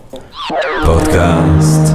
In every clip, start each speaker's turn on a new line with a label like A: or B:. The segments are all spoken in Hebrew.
A: פודקאסט.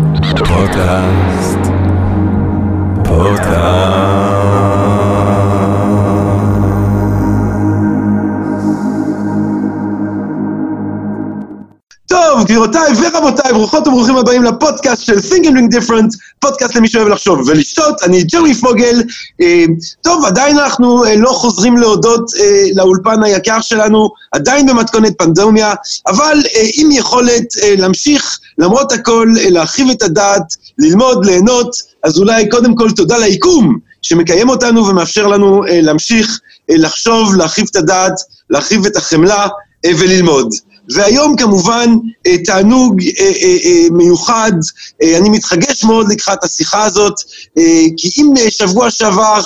B: טוב, גבירותיי ורבותיי, ברוכות וברוכים הבאים לפודקאסט של Think and Drink Different, פודקאסט למי שאוהב לחשוב ולשתות. אני ג'רמי פוגל. טוב, עדיין אנחנו לא חוזרים להודות לאולפן היקר שלנו, עדיין במתכונת פנדמיה, אבל עם יכולת להמשיך, למרות הכל, להרחיב את הדעת, ללמוד, ליהנות. אז אולי קודם כל תודה ליקום שמקיים אותנו ומאפשר לנו להמשיך, לחשוב, להרחיב את הדעת, להרחיב את החמלה וללמוד. והיום כמובן תענוג מיוחד, אני מתחגש מאוד לקחת השיחה הזאת, כי אם שבוע שעבר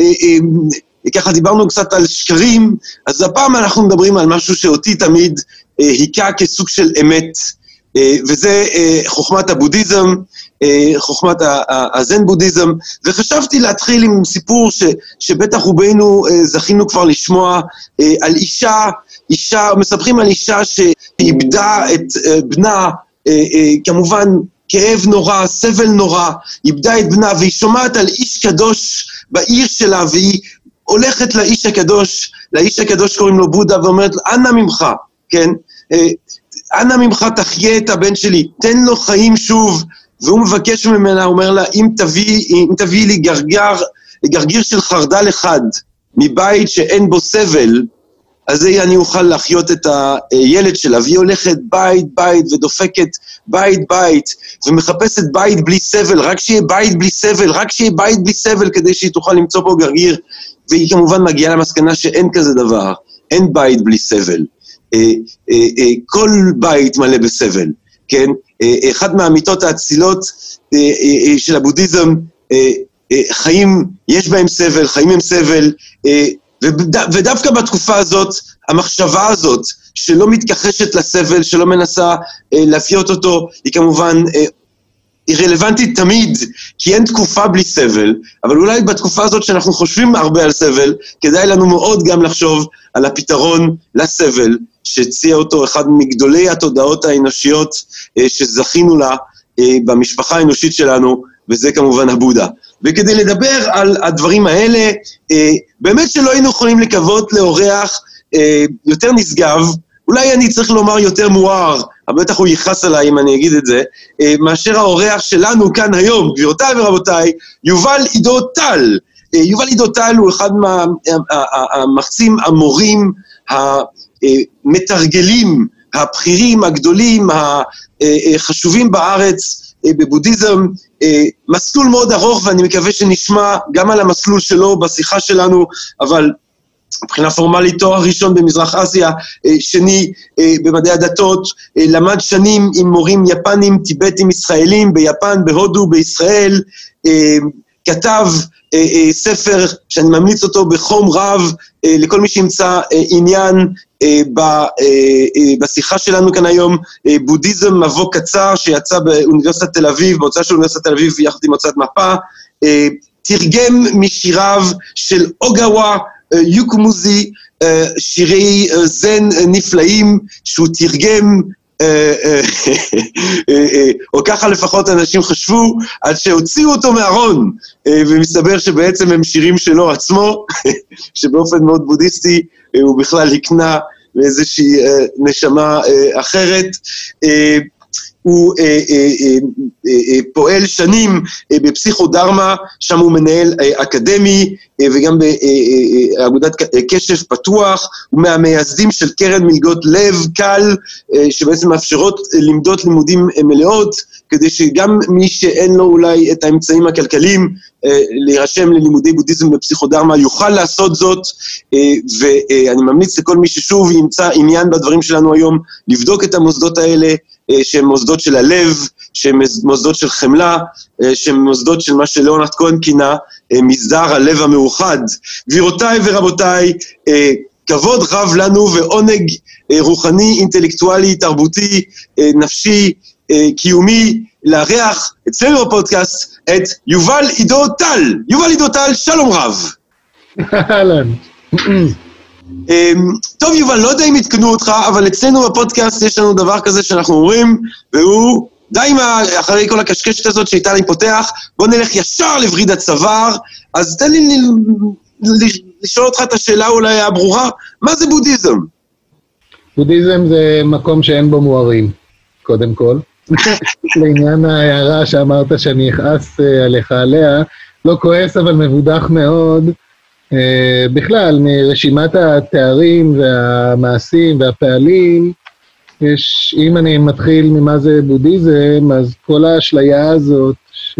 B: ככה דיברנו קצת על שקרים, אז הפעם אנחנו מדברים על משהו שאותי תמיד היכה כסוג של אמת, וזה חוכמת הבודהיזם, חוכמת הזן בודהיזם, וחשבתי להתחיל עם סיפור שבטח רובנו זכינו כבר לשמוע על אישה, מספרים על אישה שאיבדה את בנה, כמובן כאב נורא, סבל נורא, איבדה את בנה, והיא שומעת על איש קדוש בעיר שלה, והיא הולכת לאיש הקדוש קוראים לו בודה, ואומרת, אנא ממך, כן? אנא ממך תחיה את הבן שלי, תן לו חיים שוב, והוא מבקש ממנה, אומר לה, אם תביא לי גרגיר של חרדל אחד, מבית שאין בו סבל, אז אני אוכל להחיות את הילד שלה, והיא הולכת בית ודופקת בית, ומחפשת בית בלי סבל, רק שיהיה בית בלי סבל, כדי שהיא תוכל למצוא פה גרגיר, והיא כמובן מגיעה למסקנה שאין כזה דבר, אין בית בלי סבל, כל בית מלא בסבל, כן? אחד מהאמיתות האצילות של הבודהיזם, חיים יש בהם סבל, חיים הם סבל, ודווקא בתקופה הזאת, המחשבה הזאת, שלא מתכחשת לסבל, שלא מנסה להפיות אותו, היא כמובן היא רלוונטית תמיד, כי אין תקופה בלי סבל, אבל אולי בתקופה הזאת שאנחנו חושבים הרבה על סבל, כדאי לנו מאוד גם לחשוב על הפתרון לסבל, שהציע אותו אחד מגדולי התודעות האנושיות שזכינו לה במשפחה האנושית שלנו, וזה כמובן הבודה. וכדי לדבר על הדברים האלה, באמת שלא היינו יכולים לקוות לאורח יותר נשגב, אולי אני צריך לומר יותר מואר, אבל בטח הוא ייחס עליי אם אני אגיד את זה, מאשר האורח שלנו כאן היום, גבירותיי ורבותיי, יובל עידו טל. יובל עידו טל הוא אחד מהמחצים המורים, המתרגלים, הבכירים, הגדולים, החשובים בארץ, בבודהיזם, מסלול מאוד ארוך, ואני מקווה שנשמע גם על המסלול שלו בשיחה שלנו, אבל מבחינה פורמלית תואר ראשון במזרח אסיה, שני במדעי הדתות, למד שנים עם מורים יפנים, טיבטים, ישראלים, ביפן, בהודו, בישראל, כתב ספר שאני ממליץ אותו בחום רב לכל מי שימצא עניין בשיחה שלנו כאן היום, בודהיזם מבוא קצר שיצא באוניברסיטת תל אביב, בהוצאה של אוניברסיטת תל אביב יחד עם הוצאת מפה, תרגם משיריו של אוגאווה יוקומוזי, שירי זן נפלאים שהוא תרגם, או ככה לפחות אנשים חשבו, עד שהוציאו אותו מהארון, ומסתבר שבעצם הם שירים שלו עצמו, שבאופן מאוד בודהיסטי הוא בכלל הקנה לאיזושהי נשמה אחרת. הוא פועל שנים בפסיכודרמה, שם הוא מנהל אקדמי, וגם באגודת קשב פתוח, הוא מהמייסדים של קרן מלגות לב קל, שבעצם מאפשרות למדות לימודים מלאות, כדי שגם מי שאין לו אולי את האמצעים הכלכליים, להירשם ללימודי בודהיזם בפסיכודרמה, יוכל לעשות זאת, ואני ממליץ לכל מי ששוב ימצא עניין בדברים שלנו היום, לבדוק את המוסדות האלה, שהם מוסדות של הלב, שהם מוסדות של חמלה, שהם מוסדות של מה שלאונרד כהן כינה, מסדר הלב המאוחד. גבירותיי ורבותיי, כבוד רב לנו ועונג רוחני, אינטלקטואלי, תרבותי, נפשי, קיומי, לארח אצלנו בפודקאסט את יובל עידו טל. יובל עידו טל, שלום רב.
C: אהלן.
B: טוב, יובל, לא יודע אם התקנו אותך, אבל אצלנו בפודקאסט יש לנו דבר כזה שאנחנו אומרים, והוא די אחרי כל הקשקשת הזאת שאיתה אני פותח, בוא נלך ישר לווריד הצוואר, אז תן לי לשאול אותך את השאלה אולי הברורה, מה זה בודהיזם?
A: בודהיזם זה מקום שאין בו מוארים, קודם כל. לעניין ההערה שאמרת שאני אכעס עליך עליה, לא כועס אבל מבודח מאוד, בכלל מרשימת התארים והמעשים והפעלים, אם אני מתחיל ממה זה בודהיזם, אז כל האשליה הזאת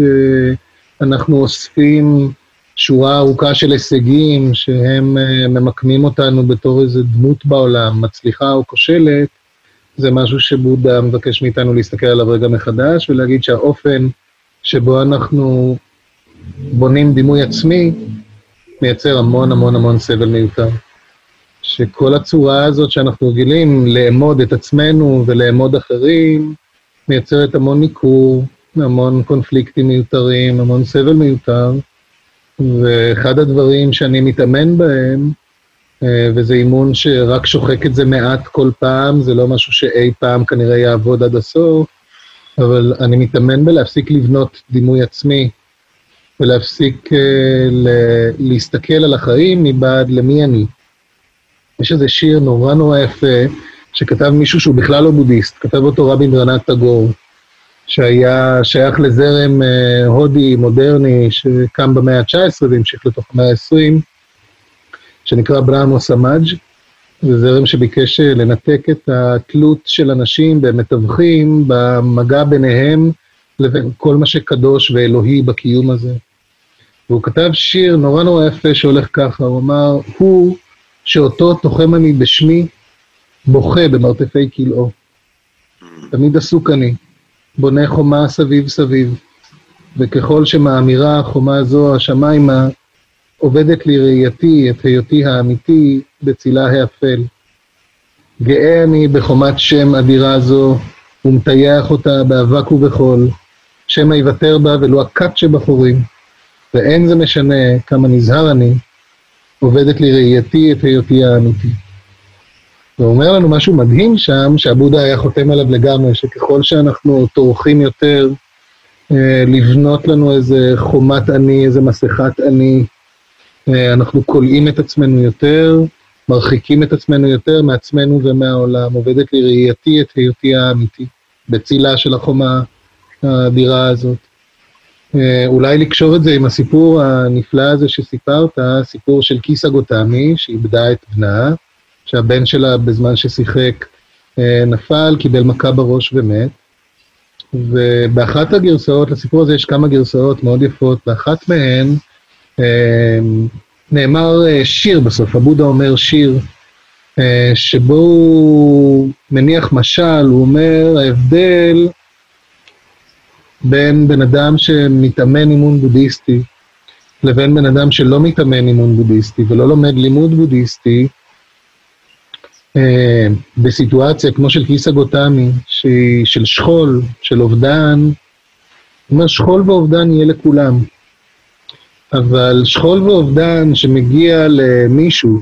A: שאנחנו אוספים שורה ארוכה של הישגים שהם ממקמים אותנו בתור איזה דמות בעולם, מצליחה או כושלת, זה משהו שבודה מבקש מאיתנו להסתכל עליו רגע מחדש ולהגיד שהאופן שבו אנחנו בונים דימוי עצמי מייצר המון המון המון סבל מיותר. שכל הצורה הזאת שאנחנו רגילים לאמוד את עצמנו ולאמוד אחרים מייצרת המון ניכור, המון קונפליקטים מיותרים, המון סבל מיותר. ואחד הדברים שאני מתאמן בהם, וזה אימון שרק שוחק את זה מעט כל פעם, זה לא משהו שאי פעם כנראה יעבוד עד הסוף, אבל אני מתאמן בלהפסיק לבנות דימוי עצמי, ולהפסיק להסתכל על החיים מבעד למי אני. יש איזה שיר נורא נורא יפה, שכתב מישהו שהוא בכלל לא בודהיסט, כתב אותו רבינדרנת' טאגור, שהיה שייך לזרם הודי מודרני שקם במאה ה-19 והמשיך לתוך המאה ה-20, שנקרא ברהמה סמאג', זה זרם שביקש לנתק את התלות של אנשים במתווכים, במגע ביניהם, לבין כל מה שקדוש ואלוהי בקיום הזה. והוא כתב שיר נורא נורא יפה שהולך ככה, הוא אמר, הוא שאותו תוחם אני בשמי, בוכה במרתפי כלאו. תמיד עסוק אני, בונה חומה סביב סביב, וככל שמאמירה החומה הזו השמיימה, עובדת לי ראייתי את היותי האמיתי בצילה האפל. גאה אני בחומת שם אדירה זו, ומטייח אותה באבק ובחול, שמא יוותר בה ולא הכת שבחורים, ואין זה משנה כמה נזהר אני, עובדת לי ראייתי את היותי האמיתי. הוא אומר לנו משהו מדהים שם, שהבודה היה חותם עליו לגמרי, שככל שאנחנו טורחים יותר, לבנות לנו איזה חומת אני, איזה מסכת אני, אנחנו קולעים את עצמנו יותר, מרחיקים את עצמנו יותר מעצמנו ומהעולם, עובדת לי ראייתי את היותי האמיתי, בצילה של החומה האדירה הזאת. אולי לקשור את זה עם הסיפור הנפלא הזה שסיפרת, סיפור של קיסה גוטמי, שאיבדה את בנה, שהבן שלה בזמן ששיחק נפל, קיבל מכה בראש ומת, ובאחת הגרסאות, לסיפור הזה יש כמה גרסאות מאוד יפות, באחת מהן נאמר שיר בסוף, הבודה אומר שיר, שבו הוא מניח משל, הוא אומר, ההבדל בין בן אדם שמתאמן אימון בודהיסטי, לבין בן אדם שלא מתאמן אימון בודהיסטי, ולא לומד לימוד בודהיסטי, בסיטואציה כמו של קיסה גוטמי, של שכול, של אובדן, הוא אומר, שכול ואובדן יהיה לכולם, אבל שכול ואובדן שמגיע למישהו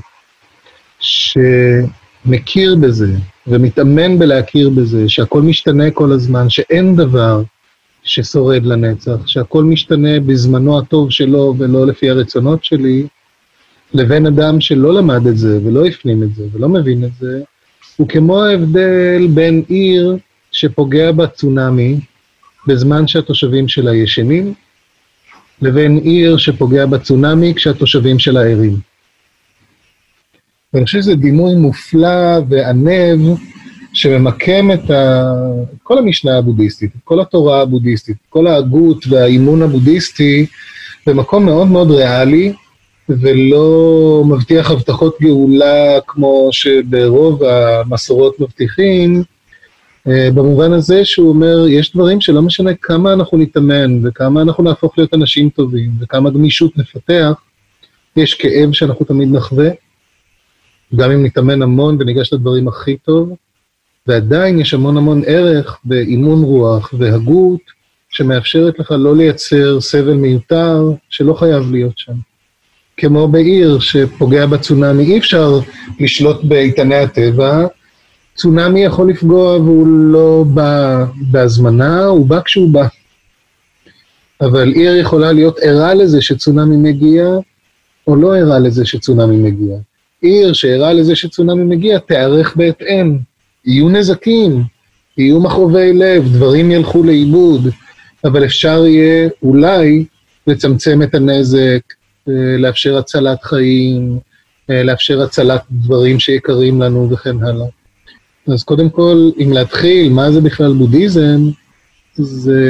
A: שמכיר בזה, ומתאמן בלהכיר בזה, שהכל משתנה כל הזמן, שאין דבר ששורד לנצח, שהכל משתנה בזמנו הטוב שלו ולא לפי הרצונות שלי, לבין אדם שלא למד את זה ולא הפנים את זה ולא מבין את זה, הוא כמו ההבדל בין עיר שפוגע בצונאמי בזמן שהתושבים שלה ישנים, לבין עיר שפוגע בצונאמי כשהתושבים שלה ערים. ואני חושב שזה דימוי מופלא וענב שממקם את כל המשנה הבודהיסטית, כל התורה הבודהיסטית, כל ההגות והאימון הבודהיסטי במקום מאוד מאוד ריאלי, ולא מבטיח הבטחות גאולה כמו שברוב המסורות מבטיחים, במובן הזה שהוא אומר, יש דברים שלא משנה כמה אנחנו נתאמן, וכמה אנחנו נהפוך להיות אנשים טובים, וכמה גמישות נפתח, יש כאב שאנחנו תמיד נחווה, גם אם נתאמן המון וניגש לדברים הכי טוב, ועדיין יש המון המון ערך באימון רוח והגות, שמאפשרת לך לא לייצר סבל מיותר שלא חייב להיות שם. כמו בעיר שפוגע בצונאמי, אי אפשר לשלוט באיתני הטבע, צונאמי יכול לפגוע והוא לא בא בהזמנה, הוא בא כשהוא בא. אבל עיר יכולה להיות ערה לזה שצונאמי מגיע, או לא ערה לזה שצונאמי מגיע. עיר שערה לזה שצונאמי מגיע, תערך בהתאם. יהיו נזקים, יהיו מכאובי לב, דברים ילכו לאיבוד, אבל אפשר יהיה אולי לצמצם את הנזק, לאפשר הצלת חיים, לאפשר הצלת דברים שיקרים לנו וכן הלאה. אז קודם כל, אם להתחיל, מה זה בכלל בודהיזם, זה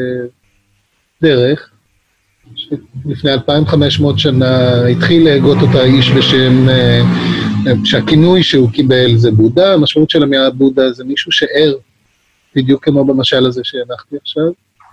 A: דרך, שלפני 2500 שנה התחיל להגות אותה איש בשם, שהכינוי שהוא קיבל זה בודה, המשמעות של המילה בודה זה מישהו שער, בדיוק כמו במשל הזה שהנחתי עכשיו.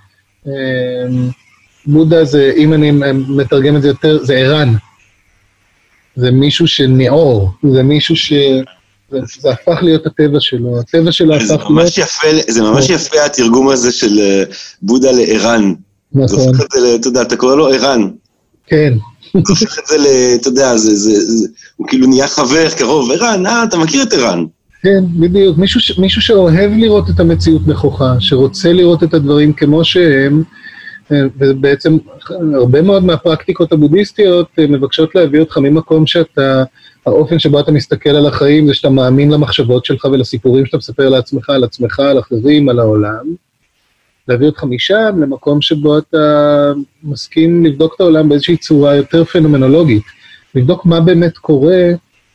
A: בודה זה, אם אני מתרגם את זה יותר, זה ערן. זה מישהו שניעור, זה מישהו זה הפך להיות הטבע שלו, הטבע שלו הפך להיות...
B: זה ממש יפה התרגום הזה של בודה לערן.
A: נכון.
B: זה הופך את זה, אתה יודע, אתה קורא לו ערן.
A: כן.
B: זה הופך את זה, אתה יודע, הוא כאילו נהיה חבר קרוב, ערן, אתה מכיר את ערן.
A: כן, בדיוק, מישהו שאוהב לראות את המציאות נכוחה, שרוצה לראות את הדברים כמו שהם, ובעצם הרבה מאוד מהפרקטיקות הבודהיסטיות מבקשות להביא אותך ממקום שאתה, האופן שבו אתה מסתכל על החיים, זה שאתה מאמין למחשבות שלך ולסיפורים שאתה מספר לעצמך, על עצמך, על אחרים, על העולם, להביא אותך משם למקום שבו אתה מסכים לבדוק את העולם באיזושהי צורה יותר פנומנולוגית, לבדוק מה באמת קורה,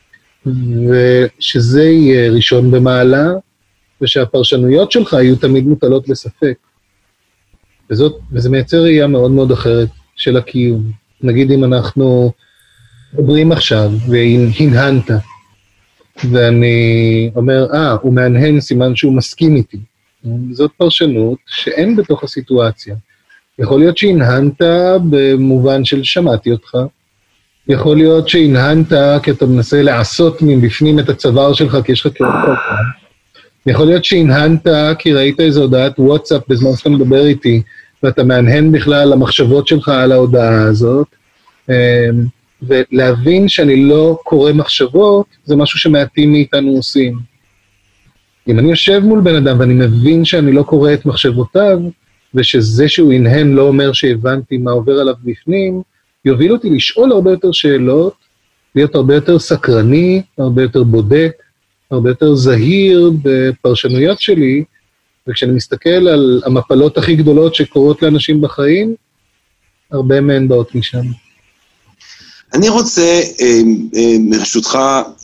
A: ושזה יהיה ראשון במעלה, ושהפרשנויות שלך יהיו תמיד מוטלות בספק. וזה מייצר ראייה מאוד מאוד אחרת של הקיום. נגיד אם אנחנו מדברים עכשיו, והנהנת, ואני אומר, הוא מהנהן סימן שהוא מסכים איתי. זאת פרשנות שאין בתוך הסיטואציה. יכול להיות שהנהנת במובן של שמעתי אותך, יכול להיות שהנהנת כי אתה מנסה לעשות מבפנים את הצוואר שלך כי יש לך כאב קטן. יכול להיות שהנהנת כי ראית איזו הודעת וואטסאפ בזמן שאתה מדבר איתי, ואתה מהנהן בכלל למחשבות שלך על ההודעה הזאת, ולהבין שאני לא קורא מחשבות, זה משהו שמעטים מאיתנו עושים. אם אני יושב מול בן אדם ואני מבין שאני לא קורא את מחשבותיו, ושזה שהוא ינהן לא אומר שהבנתי מה עובר עליו בפנים, יוביל אותי לשאול הרבה יותר שאלות, להיות הרבה יותר סקרני, הרבה יותר בודק, הרבה יותר זהיר בפרשנויות שלי, וכשאני מסתכל על המפלות הכי גדולות שקורות לאנשים בחיים, הרבה מהן באות משם.
B: אני רוצה, מרשותך,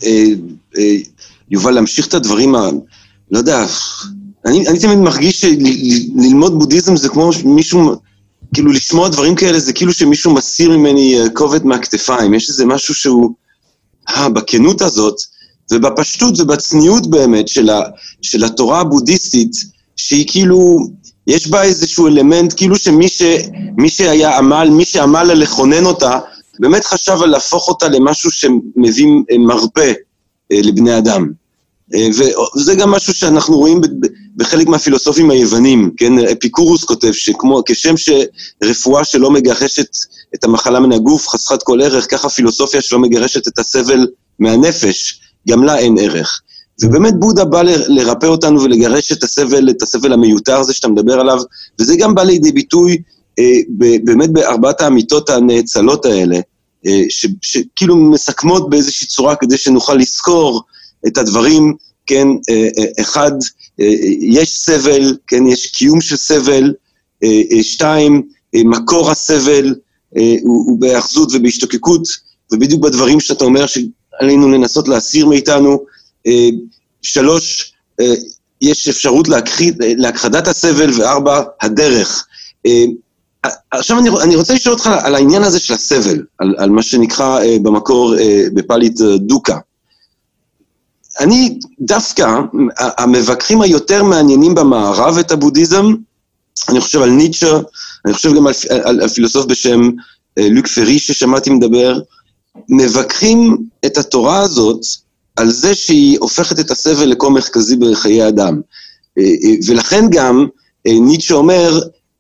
B: יובל, להמשיך את הדברים, לא יודע, אני תמיד מרגיש שללמוד בודהיזם זה כמו מישהו, כאילו לשמוע דברים כאלה זה כאילו שמישהו מסיר ממני כובד מהכתפיים, יש איזה משהו שהוא, בכנות הזאת, ובפשטות ובצניעות באמת של התורה הבודהיסטית, שהיא כאילו, יש בה איזשהו אלמנט, כאילו שמי שהיה עמל, מי שעמל לכונן אותה, באמת חשב על להפוך אותה למשהו שמביא מרפא לבני אדם. וזה גם משהו שאנחנו רואים בחלק מהפילוסופים היוונים, כן? אפיקורוס כותב כשם שרפואה שלא מגרשת את המחלה מן הגוף חסכת כל ערך, ככה פילוסופיה שלא מגרשת את הסבל מהנפש, גם לה אין ערך. ובאמת בודה בא לרפא אותנו ולגרש את הסבל המיותר הזה שאתה מדבר עליו, וזה גם בא לידי ביטוי באמת בארבעת האמיתות הנאצלות האלה, שכאילו מסכמות באיזושהי צורה כדי שנוכל לזכור את הדברים, כן, אחד, יש סבל, כן, יש קיום של סבל, שתיים, מקור הסבל הוא באחזות ובהשתוקקות, ובדיוק בדברים שאתה אומר שעלינו לנסות להסיר מאיתנו, שלוש, יש אפשרות להכחדת הסבל, וארבע, הדרך. עכשיו אני רוצה לשאול אותך על העניין הזה של הסבל, על מה שנקרא במקור בפלית דוקה. אני דווקא, המבקרים היותר מעניינים במערב את הבודהיזם, אני חושב על ניטשה, אני חושב גם על פילוסוף בשם לוק פרי ששמעתי מדבר, מבקרים את התורה הזאת על זה שהיא הופכת את הסבל לכה מרכזי בחיי אדם. ולכן גם ניטשה אומר,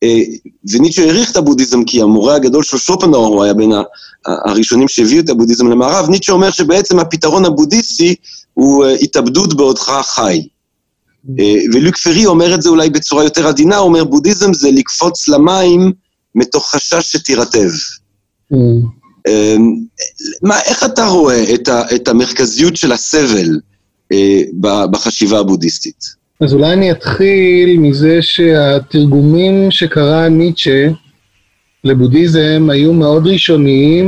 B: וניטשה העריך את הבודהיזם, כי המורה הגדול של שופנהאואר, הוא היה בין הראשונים שהביאו את הבודהיזם למערב, ניטשה אומר שבעצם הפתרון הבודהיסטי הוא התאבדות בעודך חי. ולוק פרי אומר את זה אולי בצורה יותר עדינה, הוא אומר, בודהיזם זה לקפוץ למים מתוך חשש שתירטב. איך אתה רואה את המרכזיות של הסבל בחשיבה הבודהיסטית?
A: אז אולי אני אתחיל מזה שהתרגומים שקרא ניטשה לבודהיזם היו מאוד ראשוניים,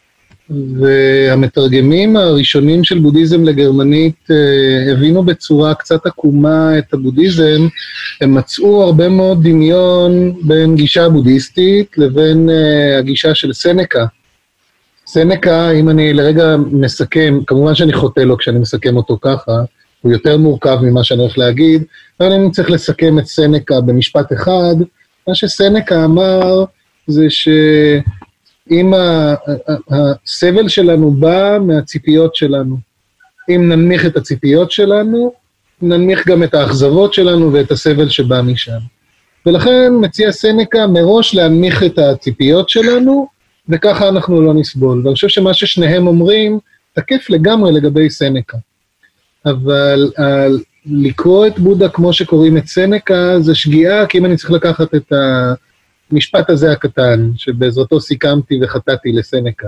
A: והמתרגמים הראשונים של בודהיזם לגרמנית הבינו בצורה קצת עקומה את הבודהיזם. הם מצאו הרבה מאוד דמיון בין גישה בודהיסטית לבין הגישה של סנקה. סנקה, אם אני לרגע מסכם, כמובן שאני חוטא לו כשאני מסכם אותו ככה, הוא יותר מורכב ממה שאני הולך להגיד, אבל אני צריך לסכם את סנקה במשפט אחד. מה שסנקה אמר זה שאם הסבל שלנו בא מהציפיות שלנו, אם ננמיך את הציפיות שלנו, ננמיך גם את האכזבות שלנו ואת הסבל שבא משם. ולכן מציע סנקה מראש להנמיך את הציפיות שלנו, וככה אנחנו לא נסבול. ואני חושב שמה ששניהם אומרים, תקף לגמרי לגבי סנקה. אבל לקרוא את בודה כמו שקוראים את סנקה, זה שגיאה, כי אם אני צריך לקחת את המשפט הזה הקטן, שבעזרתו סיכמתי וחטאתי לסנקה,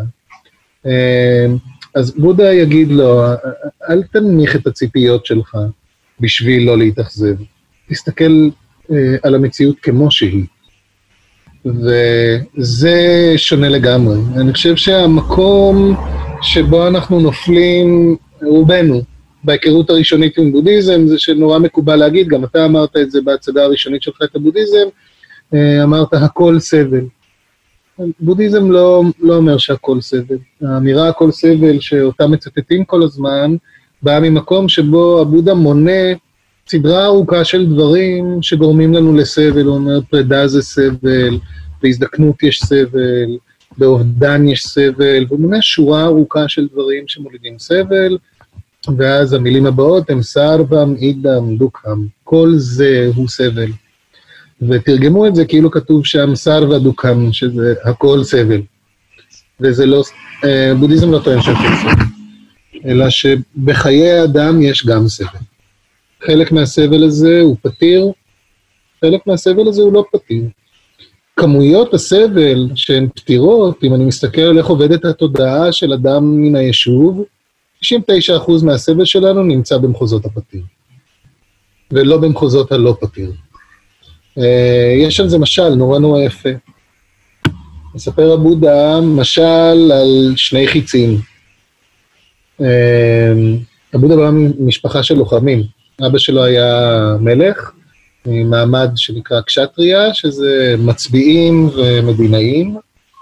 A: אז בודה יגיד לו, אל תנמיך את הציפיות שלך בשביל לא להתאכזב. תסתכל על המציאות כמו שהיא. וזה שונה לגמרי. אני חושב שהמקום שבו אנחנו נופלים, רובנו, בהיכרות הראשונית עם בודהיזם, זה שנורא מקובל להגיד, גם אתה אמרת את זה בהצגה הראשונית שלך את הבודהיזם, אמרת הכל סבל. בודהיזם לא אומר שהכל סבל. האמירה הכל סבל שאותה מצטטים כל הזמן, באה ממקום שבו הבודה מונה סדרה ארוכה של דברים שגורמים לנו לסבל. הוא אומר, פרידה זה סבל, בהזדקנות יש סבל, באובדן יש סבל, והוא מונה שורה ארוכה של דברים שמולידים סבל, ואז המילים הבאות הם סרבם, אידם, דוקם, כל זה הוא סבל. ותרגמו את זה כאילו כתוב שם סרבה דוקם, שזה הכל סבל. וזה לא, בודהיזם לא טוען שהכל סבל, אלא שבחיי האדם יש גם סבל. חלק מהסבל הזה הוא פתיר, חלק מהסבל הזה הוא לא פתיר. כמויות הסבל שהן פתירות, אם אני מסתכל על איך עובדת התודעה של אדם מן היישוב, 99% מהסבל שלנו נמצא במחוזות הפתיר, ולא במחוזות הלא פתיר. יש על זה משל נורא יפה. מספר הבודה משל על שני חיצים. הבודה בא ממשפחה של לוחמים. אבא שלו היה מלך, מעמד שנקרא קשטריה, שזה מצביעים ומדינאים,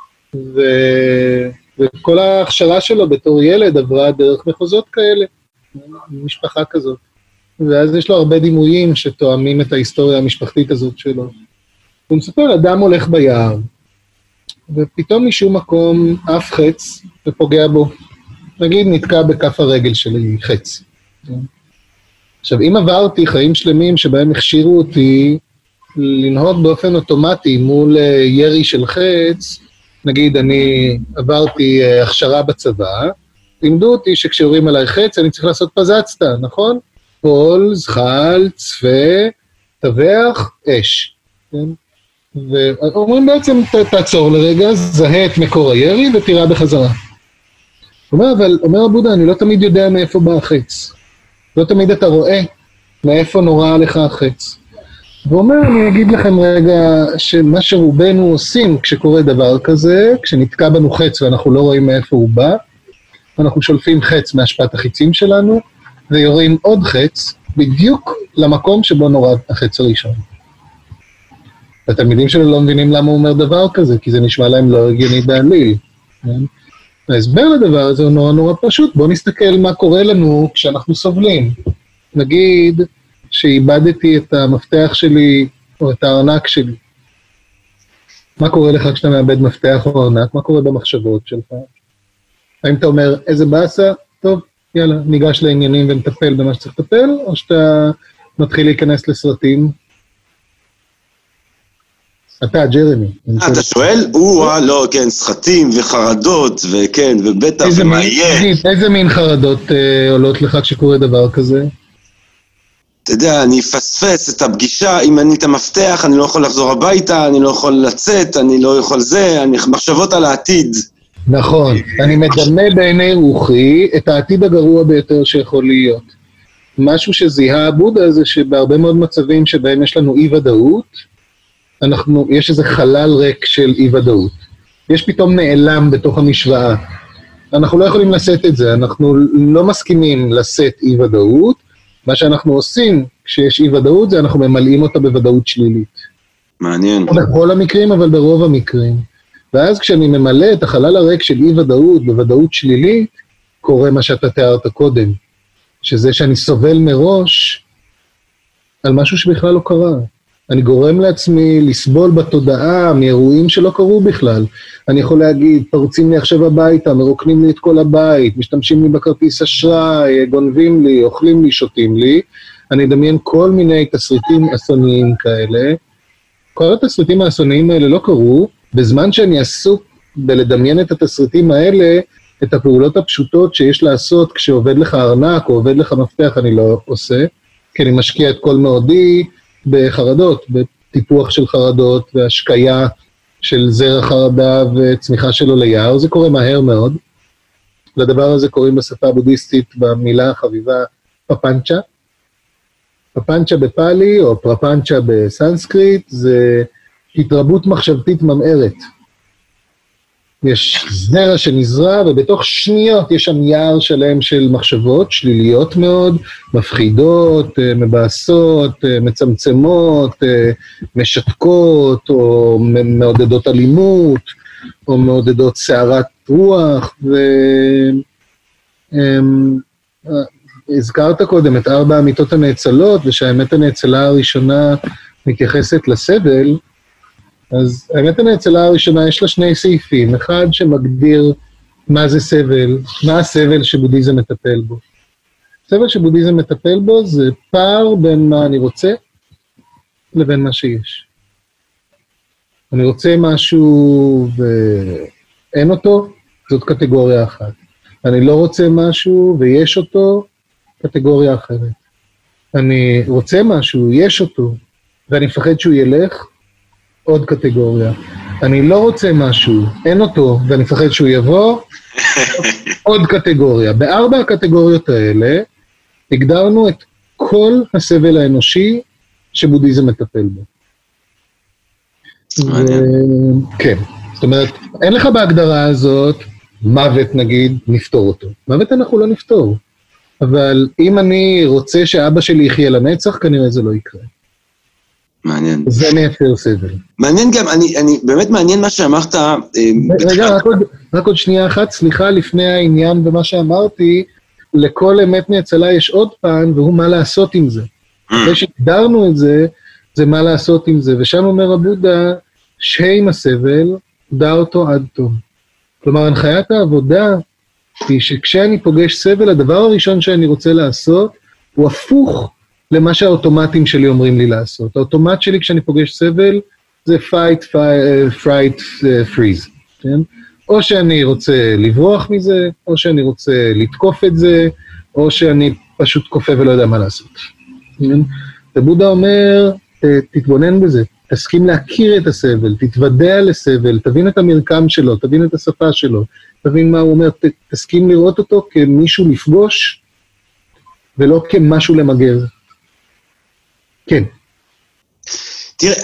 A: וכל ההכשרה שלו בתור ילד עברה דרך מחוזות כאלה, משפחה כזאת. ואז יש לו הרבה דימויים שתואמים את ההיסטוריה המשפחתית הזאת שלו. הוא מספר, אדם הולך ביער, ופתאום משום מקום אף חץ ופוגע בו. נגיד נתקע בכף הרגל שלי חץ. עכשיו, אם עברתי חיים שלמים שבהם הכשירו אותי לנהוג באופן אוטומטי מול ירי של חץ, נגיד אני עברתי הכשרה בצבא, לימדו אותי שכשיורים עליי חץ אני צריך לעשות פזצתה, נכון? פול, זחל, צפה, טבח, אש. כן? ואומרים בעצם, תעצור לרגע, זהה את מקור הירי ותירה בחזרה. אומר הבודה, אני לא תמיד יודע מאיפה בא החץ. לא תמיד אתה רואה מאיפה נורא לך החץ. ואומר, אני אגיד לכם רגע, שמה שרובנו עושים כשקורה דבר כזה, כשנתקע בנו חץ ואנחנו לא רואים מאיפה הוא בא, אנחנו שולפים חץ מהשפעת החיצים שלנו, ויורים עוד חץ בדיוק למקום שבו נורא החץ הראשון. התלמידים שלו לא מבינים למה הוא אומר דבר כזה, כי זה נשמע להם לא הגיוני בעליל. ההסבר לדבר הזה הוא נורא פשוט, בואו נסתכל מה קורה לנו כשאנחנו סובלים. נגיד שאיבדתי את המפתח שלי או את הארנק שלי. מה קורה לך כשאתה מאבד מפתח או ארנק? מה קורה במחשבות שלך? האם אתה אומר איזה באסה? טוב, יאללה, ניגש לעניינים ונטפל במה שצריך לטפל, או שאתה מתחיל להיכנס לסרטים? אתה, ג'רמי.
B: אתה שואל? לא, כן, סחטים וחרדות, וכן, ובטח, ומה יהיה?
A: איזה מין חרדות עולות לך כשקורה דבר כזה?
B: אתה יודע, אני אפספס את הפגישה, אם אני את המפתח, אני לא יכול לחזור הביתה, אני לא יכול לצאת, אני לא יכול מחשבות על העתיד.
A: נכון, אני מדמה בעיני רוחי את העתיד הגרוע ביותר שיכול להיות. משהו שזיהה בודה זה שבהרבה מאוד מצבים שבהם יש לנו אי ודאות, יש איזה חלל ריק של אי ודאות. יש פתאום נעלם בתוך המשוואה. אנחנו לא יכולים לשאת את זה, אנחנו לא מסכימים לשאת אי ודאות, מה שאנחנו עושים כשיש אי ודאות זה אנחנו ממלאים אותה בוודאות שלילית.
B: מעניין.
A: לא בכל המקרים, אבל ברוב המקרים. ואז כשאני ממלא את החלל הריק של אי ודאות בוודאות שלילית, קורה מה שאתה תיארת קודם, שזה שאני סובל מראש על משהו שבכלל לא קרה. אני גורם לעצמי לסבול בתודעה מאירועים שלא קרו בכלל. אני יכול להגיד, פרצים לי עכשיו הביתה, מרוקנים לי את כל הבית, משתמשים לי בכרטיס אשראי, גונבים לי, אוכלים לי, שותים לי. אני אדמיין כל מיני תסריטים אסוניים כאלה. כל התסריטים האסוניים האלה לא קרו, בזמן שאני עסוק בלדמיין את התסריטים האלה, את הפעולות הפשוטות שיש לעשות כשעובד לך ארנק או עובד לך מפתח, אני לא עושה, כי אני משקיע את כל מאודי בחרדות, בטיפוח של חרדות והשקיה של זרע חרדה וצמיחה שלו ליער, זה קורה מהר מאוד. לדבר הזה קוראים בשפה הבודהיסטית במילה החביבה פפנצ'ה. פפנצ'ה בפאלי או פרפנצ'ה בסנסקריט זה התרבות מחשבתית ממארת. יש זרע שנזרע, ובתוך שניות יש שם יער שלם של מחשבות שליליות מאוד, מפחידות, מבאסות, מצמצמות, משתקות, או מעודדות אלימות, או מעודדות סערת רוח, הזכרת קודם את 4 האמיתות הנאצלות, ושהאמת הנאצלה הראשונה מתייחסת לסבל, אז האמת הנאצלה הראשונה יש לה 2 סעיפים, אחד שמגדיר מה זה סבל, מה הסבל שבודהיזם מטפל בו. סבל שבודהיזם מטפל בו זה פער בין מה אני רוצה לבין מה שיש. אני רוצה משהו ואין אותו, זאת קטגוריה אחת. אני לא רוצה משהו ויש אותו, קטגוריה אחרת. אני רוצה משהו, יש אותו, ואני מפחד שהוא ילך, עוד קטגוריה. אני לא רוצה משהו, אין אותו, ואני מפחד שהוא יבוא, עוד קטגוריה. ב4 הקטגוריות האלה, הגדרנו את כל הסבל האנושי שבודהיזם מטפל בו. כן, זאת אומרת, אין לך בהגדרה הזאת, מוות נגיד, נפתור אותו. מוות אנחנו לא נפתור. אבל אם אני רוצה שאבא שלי יחיה לנצח, כנראה זה לא יקרה.
B: מעניין.
A: זה מייצר סבל.
B: מעניין גם, אני באמת מעניין מה שאמרת.
A: רגע, רק עוד שנייה אחת, סליחה, לפני העניין ומה שאמרתי, לכל אמת נאצלה יש עוד פן, והוא מה לעשות עם זה. אחרי שהגדרנו את זה, זה מה לעשות עם זה. ושם אומר הבודה, שעם הסבל, דע אותו עד תום. כלומר, הנחיית העבודה היא שכשאני פוגש סבל, הדבר הראשון שאני רוצה לעשות, הוא הפוך למה שהאוטומטים שלי אומרים לי לעשות. האוטומט שלי כשאני פוגש סבל, זה fight, fright, freeze. כן? או שאני רוצה לברוח מזה, או שאני רוצה לתקוף את זה, או שאני פשוט קופה ולא יודע מה לעשות. כן? ובודה אומר, תתבונן בזה, תסכים להכיר את הסבל, תתוודע לסבל, תבין את המרקם שלו, תבין את השפה שלו, תבין מה הוא אומר, תסכים לראות אותו כמישהו לפגוש, ולא כמשהו למגר. כן.
B: תראה,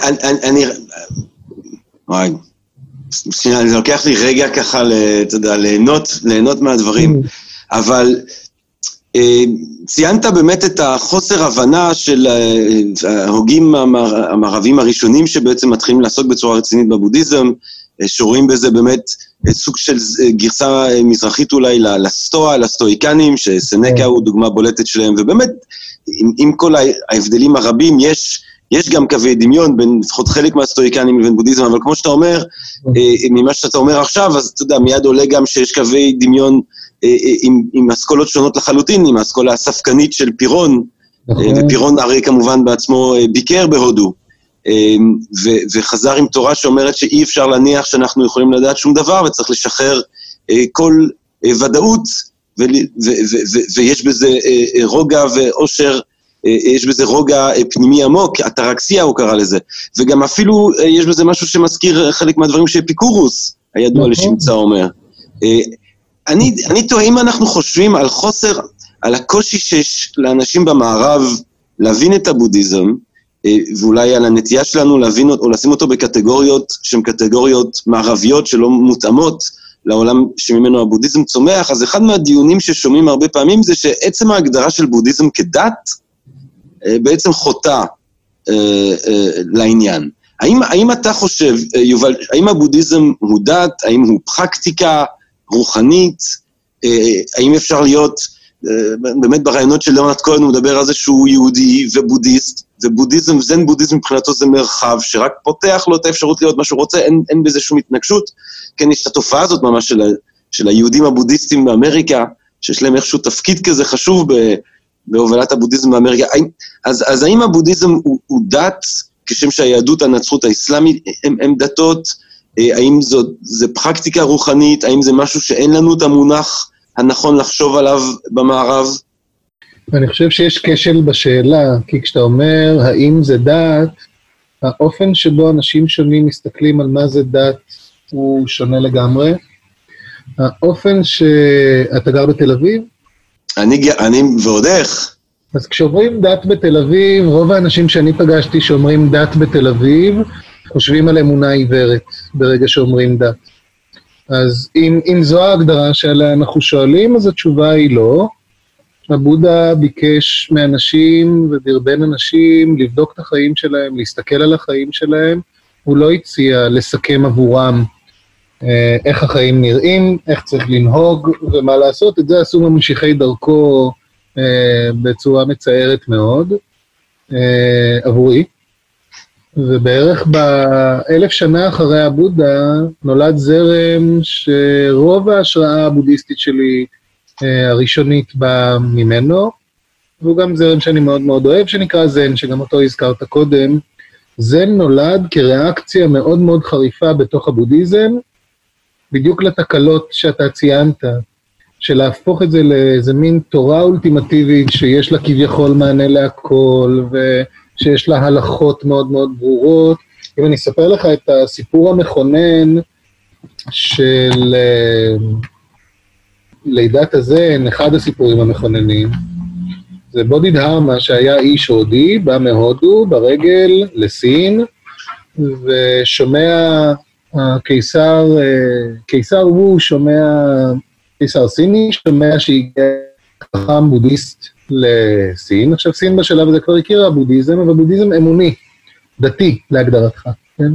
B: וואי, זה לוקח לי רגע ככה, אתה יודע, ליהנות מהדברים, אבל ציינת באמת את החוסר הבנה של ההוגים המערבים הראשונים שבעצם מתחילים לעסוק בצורה רצינית בבודהיזם, שרואים בזה באמת סוג של גרסה מזרחית אולי לסטואיקנים, שסנקה הוא דוגמה בולטת שלהם, ובאמת עם כל ההבדלים הרבים יש גם קווי דמיון בין לפחות חלק מהסטואיקנים לבין בודהיזם, אבל כמו שאתה אומר, ממה שאתה אומר עכשיו, אז אתה יודע, מיד עולה גם שיש קווי דמיון עם אסכולות שונות לחלוטין, עם האסכולה הספקנית של פירון, ופירון הרי כמובן בעצמו ביקר בהודו, וחזר עם תורה שאומרת שאי אפשר להניח שאנחנו יכולים לדעת שום דבר, וצריך לשחרר כל ודאות, ויש בזה רוגע ואושר, יש בזה רוגע פנימי עמוק, אטרקסיה הוא קרא לזה, וגם אפילו יש בזה משהו שמזכיר חלק מהדברים שאפיקורוס הידוע לשמצה אומר. אני תוהה אם אנחנו חושבים על חוסר, על הקושי שיש לאנשים במערב להבין את הבודהיזם, ואולי על הנטייה שלנו להבין או לשים אותו בקטגוריות שהן קטגוריות מערביות שלא מותאמות לעולם שממנו הבודהיזם צומח. אז אחד מהדיונים ששומעים הרבה פעמים זה שעצם ההגדרה של בודהיזם כדת בעצם חוטא לעניין. האם אתה חושב, יובל, האם הבודהיזם הוא דת, האם הוא פרקטיקה רוחנית, האם אפשר להיות, באמת ברעיונות של ליאונרד כהן הוא מדבר על זה שהוא יהודי ובודהיסט, ובודהיזם, זן בודהיזם מבחינתו זה מרחב שרק פותח לו את האפשרות להיות מה שהוא רוצה, אין בזה שום התנגשות. כן, יש את התופעה הזאת ממש של היהודים הבודהיסטים באמריקה, שיש להם איכשהו תפקיד כזה חשוב בהובלת הבודהיזם באמריקה. אז האם הבודהיזם הוא דת, כשם שהיהדות, הנצרות, האסלאמית, הם דתות, האם זה פרקטיקה רוחנית, האם זה משהו שאין לנו את המונח הנכון לחשוב עליו במערב?
A: אני חושב שיש כשל בשאלה, כי כשאתה אומר האם זה דת, האופן שבו אנשים שונים מסתכלים על מה זה דת הוא שונה לגמרי. האופן שאתה גר בתל אביב?
B: אני ועוד איך.
A: אז כשאומרים דת בתל אביב, רוב האנשים שאני פגשתי שאומרים דת בתל אביב, חושבים על אמונה עיוורת ברגע שאומרים דת. אז אם זו ההגדרה שעליה אנחנו שואלים, אז התשובה היא לא. הבודה ביקש מאנשים ודרבן אנשים לבדוק את החיים שלהם, להסתכל על החיים שלהם, הוא לא הציע לסכם עבורם איך החיים נראים, איך צריך לנהוג ומה לעשות. את זה עשו ממשיכי דרכו בצורה מצערת מאוד עבורי. ובערך ב1000 שנה אחרי הבודה נולד זרם שרוב ההשראה הבודהיסטית שלי הראשונית באה ממנו, והוא גם זרם שאני מאוד מאוד אוהב, שנקרא זן, שגם אותו הזכרת קודם. זן נולד כריאקציה מאוד מאוד חריפה בתוך הבודהיזם, בדיוק לתקלות שאתה ציינת, של להפוך את זה לאיזה מין תורה אולטימטיבית, שיש לה כביכול מענה להכל, ושיש לה הלכות מאוד מאוד ברורות. אם אני אספר לך את הסיפור המכונן של לידת הזן, אחד הסיפורים המכוננים, זה בודידהרמה שהיה איש הודי, בא מהודו ברגל לסין, ושומע קיסר וו שומע, קיסר סיני שומע שהגיע חכם בודהיסט לסין. עכשיו סין בשלב הזה כבר הכירה בודהיזם, אבל בודהיזם אמוני, דתי להגדרתך, כן?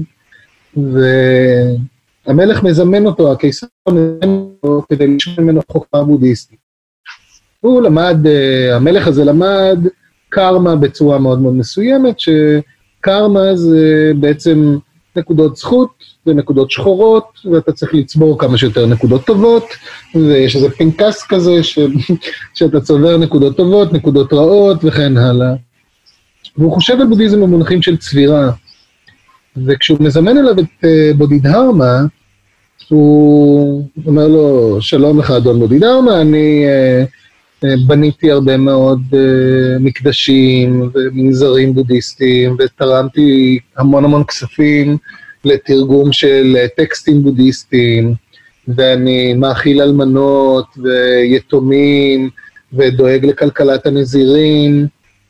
A: והמלך מזמן אותו, הקיסר מזמן אותו כדי לשמוע ממנו חוכמה בודהיסטית. הוא למד, המלך הזה למד קרמה בצורה מאוד מאוד מסוימת, שקרמה זה בעצם נקודות זכות ונקודות שחורות, ואתה צריך לצבור כמה שיותר נקודות טובות, ויש איזה פנקס כזה שאתה צובר נקודות טובות, נקודות רעות וכן הלאה. והוא חושב על בודהיזם במונחים של צבירה, וכשהוא מזמן אליו את בודידהרמה, הוא אומר לו, שלום לך אדון בודידהרמה, אני בניתי הרבה מאוד מקדשים ומנזרים בודהיסטיים, ותרמתי המון המון כספים לתרגום של טקסטים בודהיסטיים, ואני מאכיל אלמנות ויתומים, ודואג לכלכלת הנזירים.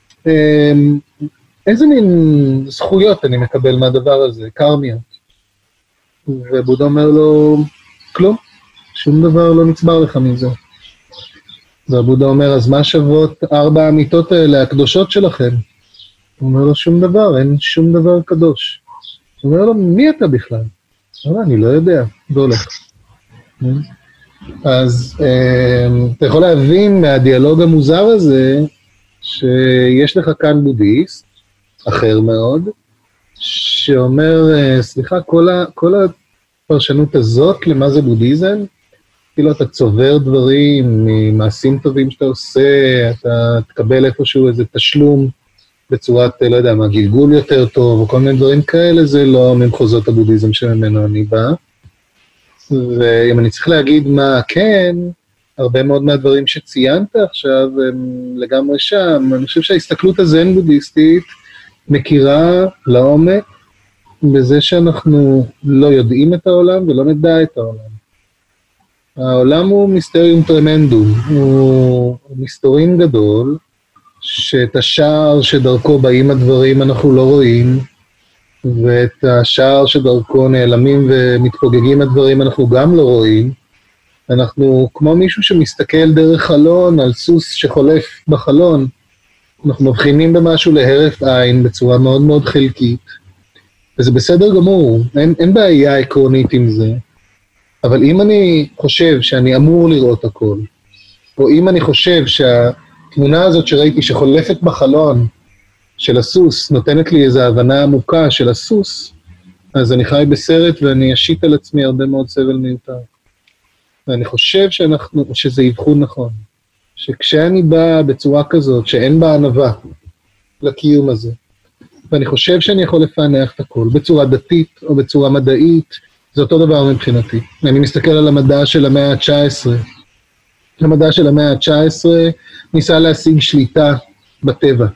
A: איזה מין זכויות אני מקבל מהדבר הזה, קרמיות? ובודה אומר לו, כלום, שום דבר לא נצבר לך מזה. ובודה אומר, אז מה שוות 4 האמיתות האלה, הקדושות שלכם? הוא אומר לו, שום דבר, אין שום דבר קדוש. הוא אומר לו, מי אתה בכלל? הוא אומר, אני לא יודע, והולך. אז אתה יכול להבין מהדיאלוג המוזר הזה, שיש לך כאן בודהיסט, אחר מאוד, שאומר, סליחה, כל הפרשנות הזאת למה זה בודהיזם, כאילו אתה צובר דברים ממעשים טובים שאתה עושה, אתה תקבל איפשהו איזה תשלום בצורת, לא יודע מה, גלגול יותר טוב, או כל מיני דברים כאלה, זה לא ממחוזות הבודהיזם שממנו אני בא. ואם אני צריך להגיד מה כן, הרבה מאוד מהדברים שציינת עכשיו הם לגמרי שם. אני חושב שההסתכלות הזן בודהיסטית מכירה לעומק בזה שאנחנו לא יודעים את העולם ולא נדע את העולם. העולם הוא מיסטריום טרמנדום, הוא מסתורין גדול, שאת השער שדרכו באים הדברים אנחנו לא רואים, ואת השער שדרכו נעלמים ומתפוגגים הדברים אנחנו גם לא רואים. אנחנו כמו מישהו שמסתכל דרך חלון על סוס שחולף בחלון, אנחנו מבחינים במשהו להרף עין בצורה מאוד מאוד חלקית, וזה בסדר גמור, אין בעיה עקרונית עם זה, אבל אם אני חושב שאני אמור לראות הכל, או אם אני חושב שהתמונה הזאת שראיתי שחולפת בחלון של הסוס נותנת לי איזו הבנה עמוקה של הסוס, אז אני חי בסרט ואני אשית על עצמי הרבה מאוד סבל מיותר. ואני חושב שזה יבחון נכון, שכשאני בא בצורה כזאת שאין בה ענווה לקיום הזה, ואני חושב שאני יכול לפענח את הכל בצורה דתית או בצורה מדעית, זה אותו דבר מבחינתי. אני מסתכל על המדע של המאה ה-19. המדע של המאה ה-19 ניסה להשיג שליטה בטבע.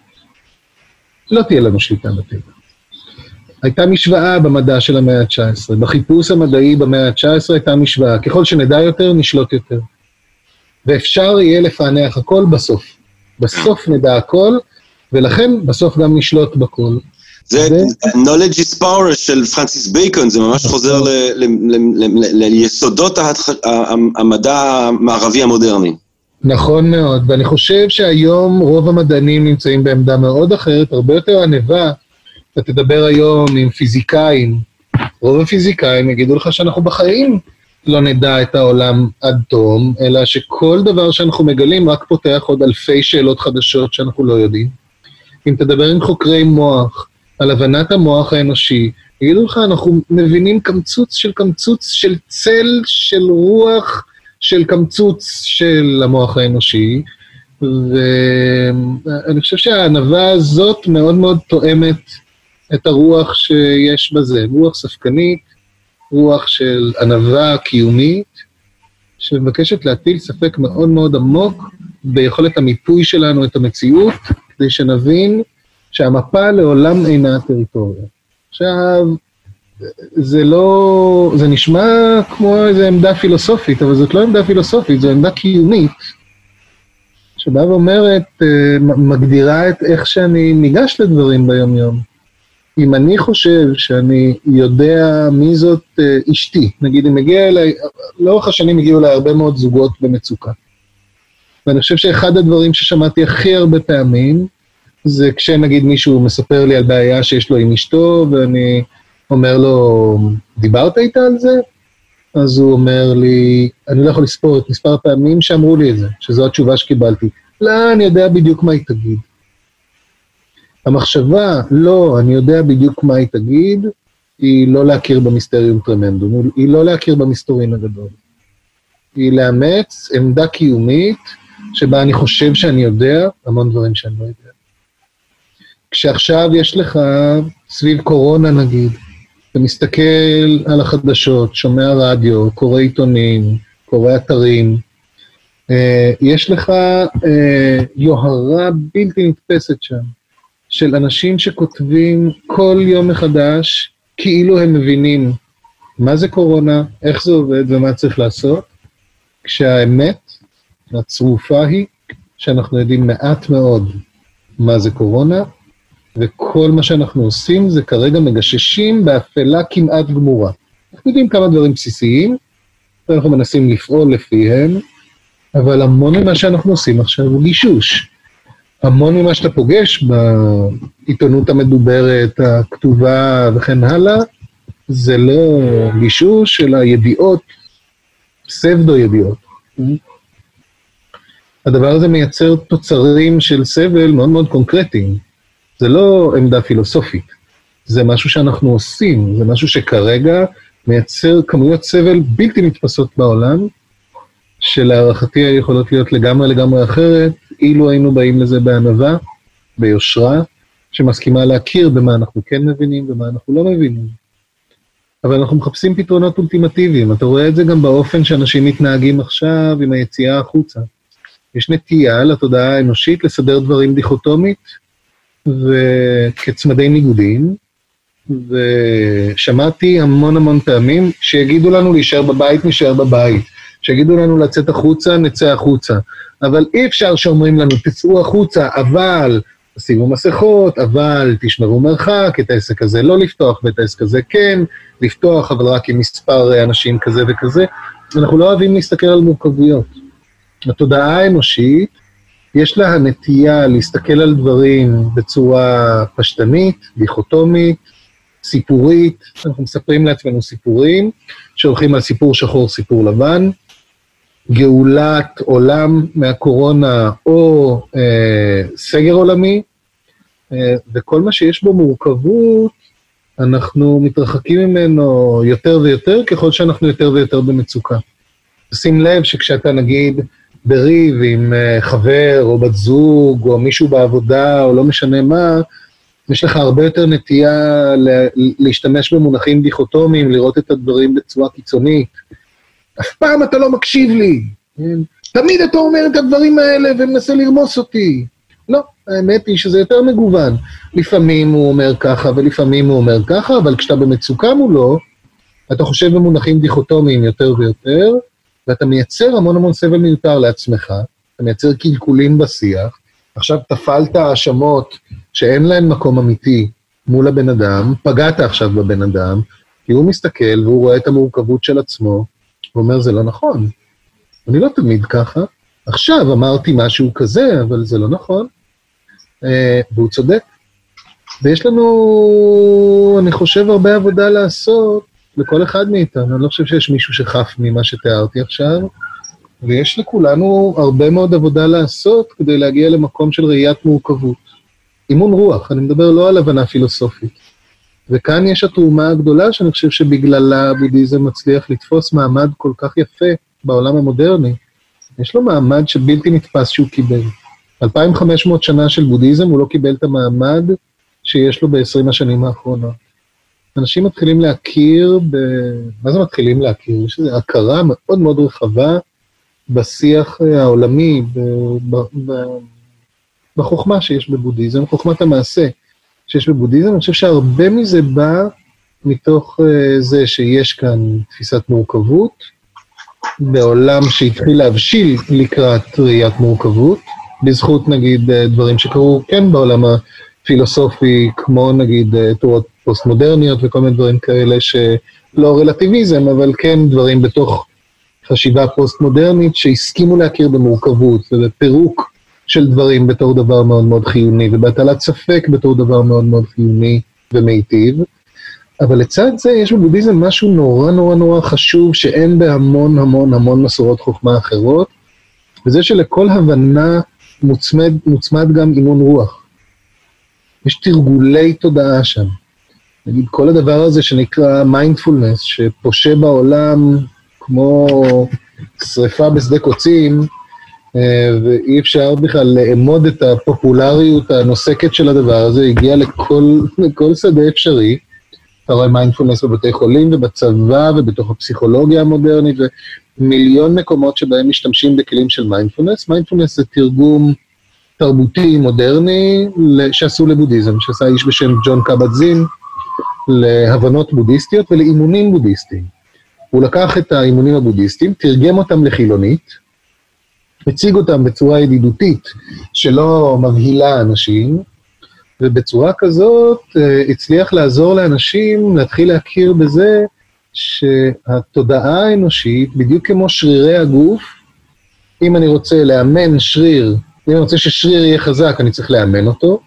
A: לא תהיה לנו שליטה בטבע. הייתה משוואה במדע של המאה ה-19. בחיפוש המדעי במאה ה-19 הייתה משוואה. ככל שנדע יותר, נשלוט יותר. ואפשר יהיה לפענח הכל בסוף. בסוף נדע הכל, ולכן בסוף גם נשלוט בכל.
B: זה knowledge is power של פרנסיס בייקון, זה ממש חוזר ליסודות המדע המערבי המודרני.
A: נכון מאוד, ואני חושב שהיום רוב המדענים נמצאים בעמדה מאוד אחרת, הרבה יותר ענווה. אתה תדבר היום עם פיזיקאים, רוב הפיזיקאים יגידו לך שאנחנו בחיים לא נדע את העולם עד תום, אלא שכל דבר שאנחנו מגלים רק פותח עוד אלפי שאלות חדשות שאנחנו לא יודעים. אם תדבר עם חוקרי מוח, על הבנת המוח האנושי, יגידו לך, אנחנו מבינים קמצוץ של צל, של רוח, של קמצוץ של המוח האנושי, ואני חושב שהענווה הזאת מאוד מאוד תואמת את הרוח שיש בזה, רוח ספקנית, רוח של ענווה קיומית, שמבקשת להטיל ספק מאוד מאוד עמוק ביכולת המיפוי שלנו את המציאות, כדי שנבין שהמפה לעולם אינה הטריטוריה. עכשיו, זה נשמע כמו איזו עמדה פילוסופית, אבל זאת לא עמדה פילוסופית, זו עמדה קיומית, שבאה ואומרת, מגדירה את איך שאני ניגש לדברים ביום יום. אם אני חושב שאני יודע מי זאת אשתי, נגיד אם מגיע אליי, לאורך השנים הגיעו אליי הרבה מאוד זוגות במצוקה. ואני חושב שאחד הדברים ששמעתי הכי הרבה פעמים, זה כשנגיד מישהו מספר לי על בעיה שיש לו עם אשתו, ואני אומר לו, דיברת איתה על זה? אז הוא אומר לי, אני לא יכול לספור את מספר הפעמים שאמרו לי את זה, שזו התשובה שקיבלתי. לא, אני יודע בדיוק מה היא תגיד. המחשבה, לא, אני יודע בדיוק מה היא תגיד, היא לא להכיר במיסטריום טרמנדום, היא לא להכיר במסתורין הגדול. היא לאמץ עמדה קיומית, שבה אני חושב שאני יודע, המון דברים שאני לא יודע. כשעכשיו יש לך, סביב קורונה נגיד, אתה מסתכל על החדשות, שומע רדיו, קורא עיתונים, קורא אתרים, יש לך יוהרה בלתי נתפסת שם, של אנשים שכותבים כל יום מחדש, כאילו הם מבינים מה זה קורונה, איך זה עובד ומה צריך לעשות, כשהאמת, הצרופה היא, שאנחנו יודעים מעט מאוד מה זה קורונה, וכל מה שאנחנו עושים זה כרגע מגששים באפלה כמעט גמורה. אנחנו יודעים כמה דברים בסיסיים, ואנחנו מנסים לפעול לפיהם, אבל המון ממה שאנחנו עושים עכשיו הוא גישוש. המון ממה שאתה פוגש בעיתונות המדוברת, הכתובה וכן הלאה, זה לא גישוש, אלא ידיעות, פסבדו ידיעות. הדבר הזה מייצר תוצרים של סבל מאוד מאוד קונקרטיים. זה לא עמדה פילוסופית, זה משהו שאנחנו עושים, זה משהו שכרגע מייצר כמויות סבל בלתי נתפסות בעולם, שלהערכתי יכולות להיות לגמרי אחרת, אילו היינו באים לזה בענווה, ביושרה, שמסכימה להכיר במה אנחנו כן מבינים ומה אנחנו לא מבינים. אבל אנחנו מחפשים פתרונות אולטימטיביים, אתה רואה את זה גם באופן שאנשים מתנהגים עכשיו עם היציאה החוצה. יש נטייה לתודעה האנושית לסדר דברים דיכוטומית וכצמדי ניגודים, ושמעתי המון פעמים שיגידו לנו להישאר בבית, נשאר בבית, שיגידו לנו לצאת החוצה, נצא החוצה, אבל אי אפשר שאומרים לנו תצאו החוצה, אבל תשימו מסכות, אבל תשמרו מרחק, את העסק הזה לא לפתוח ואת העסק הזה כן לפתוח, אבל רק עם מספר אנשים כזה וכזה. אנחנו לא אוהבים להסתכל על מורכבויות. התודעה האנושית יש לה הנטייה להסתכל על דברים בצורה פשטנית, דיכוטומית, סיפורית. אנחנו מספרים לעצמנו סיפורים שהולכים על סיפור שחור, סיפור לבן, גאולת עולם מהקורונה או סגר עולמי, וכל מה שיש בו מורכבות, אנחנו מתרחקים ממנו יותר ויותר ככל שאנחנו יותר ויותר במצוקה. שים לב שכשאתה נגיד בריב עם חבר או בת זוג או מישהו בעבודה או לא משנה מה, יש לך הרבה יותר נטייה להשתמש במונחים דיכוטומיים, לראות את הדברים בצורה קיצונית. אף פעם אתה לא מקשיב לי, תמיד אתה אומר את הדברים האלה ומנסה לרמוס אותי. לא, האמת היא שזה יותר מגוון. לפעמים הוא אומר ככה ולפעמים הוא אומר ככה, אבל כשאתה במצוקה מולו, אתה חושב במונחים דיכוטומיים יותר ויותר, ואתה מייצר המון סבל מיותר לעצמך, אתה מייצר קלקולים בשיח, עכשיו תפלת האשמות שאין להן מקום אמיתי מול הבן אדם, פגעת עכשיו בבן אדם, כי הוא מסתכל והוא רואה את המורכבות של עצמו, הוא אומר זה לא נכון, אני לא תמיד ככה, עכשיו אמרתי משהו כזה, אבל זה לא נכון, והוא צודק. ויש לנו, אני חושב, הרבה עבודה לעשות לכל אחד מאיתנו, אני לא חושב שיש מישהו שחף ממה שתיארתי עכשיו, ויש לכולנו הרבה מאוד עבודה לעשות כדי להגיע למקום של ראיית מורכבות. אימון רוח, אני מדבר לא על הבנה פילוסופית. וכאן יש התרומה הגדולה שאני חושב שבגללה בודהיזם מצליח לתפוס מעמד כל כך יפה בעולם המודרני. יש לו מעמד שבלתי נתפס שהוא קיבל. 2500 שנה של בודהיזם הוא לא קיבל את המעמד שיש לו ב-20 השנים האחרונות. אנשים מתחילים להכיר מה זה מתחילים להכיר? יש איזו הכרה מאוד מאוד רחבה בשיח העולמי, בחוכמה שיש בבודהיזם, חוכמת המעשה שיש בבודהיזם. אני חושב שהרבה מזה בא מתוך זה שיש כאן תפיסת מורכבות, בעולם שהתחיל להבשיל לקראת ראיית מורכבות, בזכות נגיד דברים שקרו כן בעולם הפילוסופי, כמו נגיד תורות פוסט-מודרניות וכל מיני דברים כאלה שלא רלטיביזם, אבל כן דברים בתוך חשיבה פוסט-מודרנית שהסכימו להכיר במורכבות ובפירוק של דברים בתור דבר מאוד מאוד חיוני, ובהטלת ספק בתור דבר מאוד מאוד חיוני ומיטיב. אבל לצד זה יש בבודהיזם משהו נורא חשוב שאין בהמון מסורות חוכמה אחרות, וזה שלכל הבנה מוצמד גם אימון רוח. יש תרגולי תודעה שם. נגיד כל הדבר הזה שנקרא מיינדפולנס, שפושה בעולם כמו שריפה בשדה קוצים, ואי אפשר בכלל לאמוד את הפופולריות הנוסקת של הדבר הזה, הגיע לכל שדה אפשרי. אתה רואה מיינדפולנס בבתי חולים ובצבא ובתוך הפסיכולוגיה המודרנית, ומיליון מקומות שבהם משתמשים בכלים של מיינדפולנס. מיינדפולנס זה תרגום תרבותי מודרני שעשו לבודהיזם, שעשה איש בשם ג'ון קאבט-זין, להבנות בודהיסטיות ולאימונים בודהיסטיים. הוא לקח את האימונים הבודהיסטיים, תרגם אותם לחילונית, הציג אותם בצורה ידידותית שלא מבהילה אנשים, ובצורה כזאת הצליח לעזור לאנשים להתחיל להכיר בזה שהתודעה האנושית, בדיוק כמו שרירי הגוף, אם אני רוצה לאמן שריר, אם אני רוצה ששריר יהיה חזק, אני צריך לאמן אותו,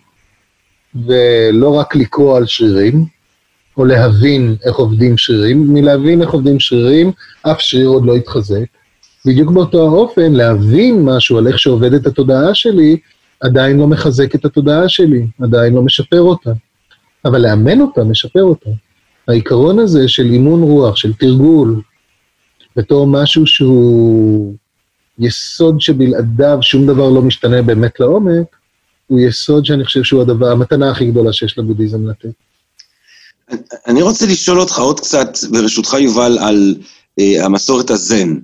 A: ולא רק לקרוא על שרירים, או להבין איך עובדים שרירים. מלהבין איך עובדים שרירים, אף שריר עוד לא יתחזק. בדיוק באותו האופן, להבין משהו על איך שעובדת התודעה שלי, עדיין לא מחזק את התודעה שלי, עדיין לא משפר אותה. אבל לאמן אותה, משפר אותה. העיקרון הזה של אימון רוח, של תרגול, בתור משהו שהוא יסוד שבלעדיו שום דבר לא משתנה באמת לעומק, הוא יסוד שאני חושב שהוא המתנה הכי גדולה שיש לבודהיזם לתת.
B: אני רוצה לשאול אותך עוד קצת, ברשותך יובל, על המסורת הזן.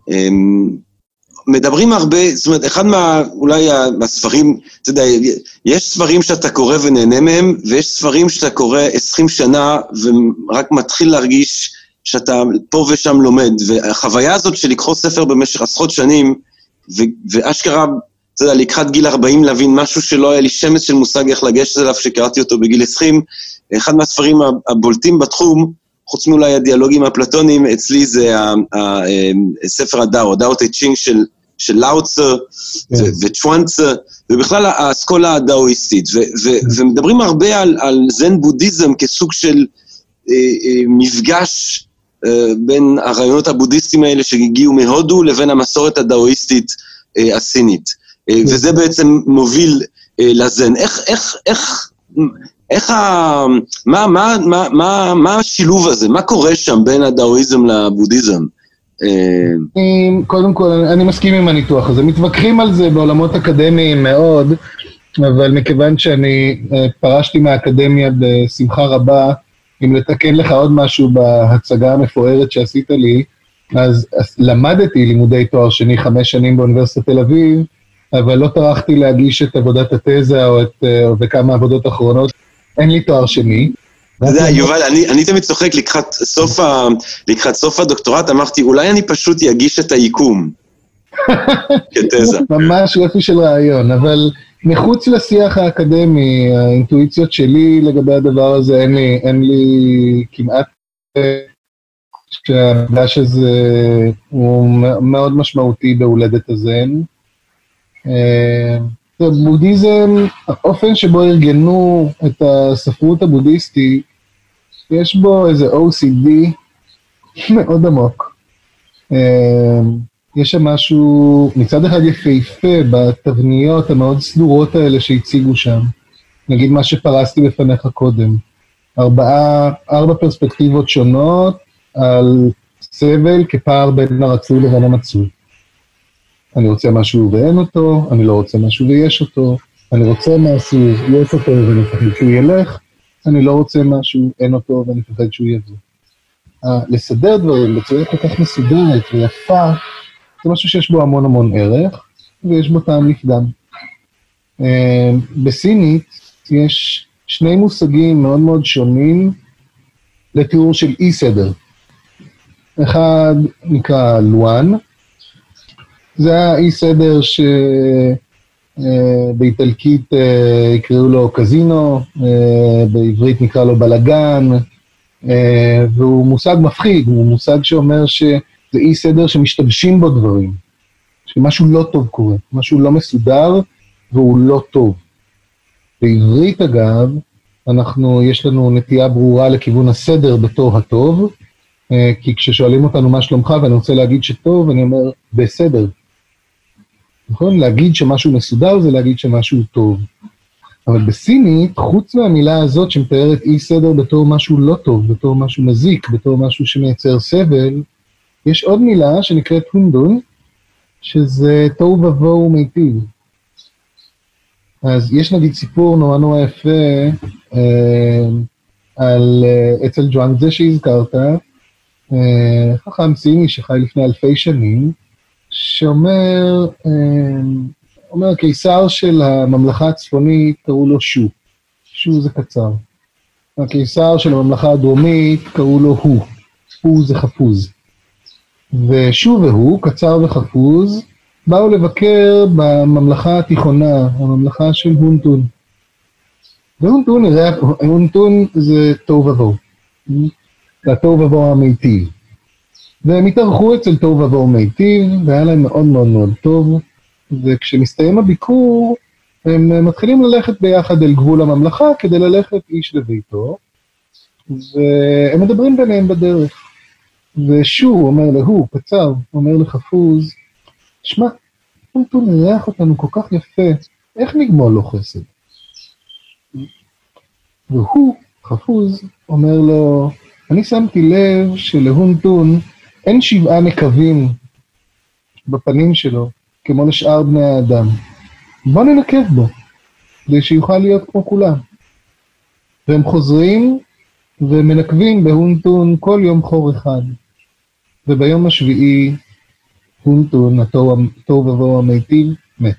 B: מדברים הרבה, זאת אומרת, אחד אולי מהספרים, אתה יודע, יש ספרים שאתה קורא ונהנה מהם, ויש ספרים שאתה קורא 20 שנה, ורק מתחיל להרגיש שאתה פה ושם לומד, והחוויה הזאת של לקרוא ספר במשך עשרות שנים, ואשכרה, אתה יודע, לקחת גיל 40 להבין משהו שלא היה לי שמץ של מושג איך לגשת אליו, שקראתי אותו בגיל 20, אחד מהספרים הבולטים בתחום, חוץ מאולי הדיאלוגים הפלטונים, אצלי זה ספר הדאו, דאו טי צ'ינג של לאוצה וצ'ואנצה, ובכלל האסכולה הדאואיסטית, ומדברים הרבה על זן בודהיזם כסוג של מפגש בין הרעיונות הבודהיסטים האלה שהגיעו מהודו לבין המסורת הדאואיסטית הסינית, וזה בעצם מוביל לזן. מה השילוב הזה? מה קורה שם בין הדאואיזם לבודהיזם?
A: קודם כל, אני מסכים עם הניתוח הזה. מתווכחים על זה בעולמות אקדמיים מאוד, אבל מכיוון שאני פרשתי מהאקדמיה בשמחה רבה, אם לתקן לך עוד משהו בהצגה המפוארת שעשית לי, אז למדתי לימודי תואר שני 5 שנים באוניברסיטת תל אביב, אבל לא טרחתי להגיש את עבודת התזה וכמה עבודות אחרונות. אין לי תואר שני.
B: אתה יודע, יובל, אני תמיד צוחק לקראת סוף הדוקטורט, אמרתי, אולי אני פשוט אגיש את היקום. כתזה.
A: ממש יופי של רעיון, אבל מחוץ לשיח האקדמי, האינטואיציות שלי לגבי הדבר הזה, אין לי כמעט שהמפגש הזה הוא מאוד משמעותי בהולדת הזן. בודהיזם, האופן שבו ארגנו את הספרות הבודהיסטית, יש בו איזה OCD מאוד עמוק. יש שם משהו, מצד אחד יפהפה בתבניות המאוד סדורות האלה שהציגו שם. נגיד מה שפרסתי בפניך קודם. 4 פרספקטיבות שונות על סבל כפער בין הרצוי לבין המצוי. אני רוצה משהו ואין אותו, אני לא רוצה משהו ויש אותו, אני רוצה משהו, יש אותו ואני מפחד שהוא ילך, אני לא רוצה משהו, אין אותו ואני מפחד שהוא יבוא. לסדר דברים בצורה כל כך מסודרת ויפה, זה משהו שיש בו המון ערך, ויש בו טעם לפגם. בסינית יש 2 מושגים מאוד מאוד שונים לתיאור של אי סדר. אחד נקרא לואן, זה האי סדר שבאיטלקית יקראו לו קזינו, בעברית נקרא לו בלגן, והוא מושג מפחיד, הוא מושג שאומר שזה אי סדר שמשתבשים בו דברים, שמשהו לא טוב קורה, משהו לא מסודר והוא לא טוב. בעברית אגב, יש לנו נטייה ברורה לכיוון הסדר בתור הטוב, כי כששואלים אותנו מה שלומך ואני רוצה להגיד שטוב, אני אומר בסדר. נכון? להגיד שמשהו מסודר זה להגיד שמשהו טוב. אבל בסינית, חוץ מהמילה הזאת שמתארת אי סדר בתור משהו לא טוב, בתור משהו מזיק, בתור משהו שמייצר סבל, יש עוד מילה שנקראת הונדון, שזה תוהו ובוהו מיטיב. אז יש נגיד סיפור נורא יפה על אצל ג'ואנג זה שהזכרת, חכם סיני שחי לפני 1000 שנים, שאומר, הקיסר של הממלכה הצפונית קראו לו שו. שו זה קצר. הקיסר של הממלכה הדרומית קראו לו הוא. הוא זה חפוז. ושו והוא, קצר וחפוז, באו לבקר בממלכה התיכונה, הממלכה של הונטון. והונטון זה תוהו ובוהו. זה התוהו ובוהו המיטיב. והם התארחו אצל תוהו ובוהו מיטיב, והיה להם מאוד טוב, וכשמסתיים הביקור, הם מתחילים ללכת ביחד אל גבול הממלכה, כדי ללכת איש לביתו, והם מדברים ביניהם בדרך. ושו אומר להוא, קצר, אומר לחפוז, שמע, הונטון נראה אותנו כל כך יפה, איך נגמול לו חסד? והוא, חפוז, אומר לו, אני שמתי לב שלהונטון אין 7 נקבים בפנים שלו, כמו לשאר בני האדם. בוא ננקב בו. כדי שיוכל להיות כמו כולם. והם חוזרים ומנקבים בהונטון כל יום חור אחד. וביום השביעי, הונטון, התוהו ובוהו המיטיב, מת.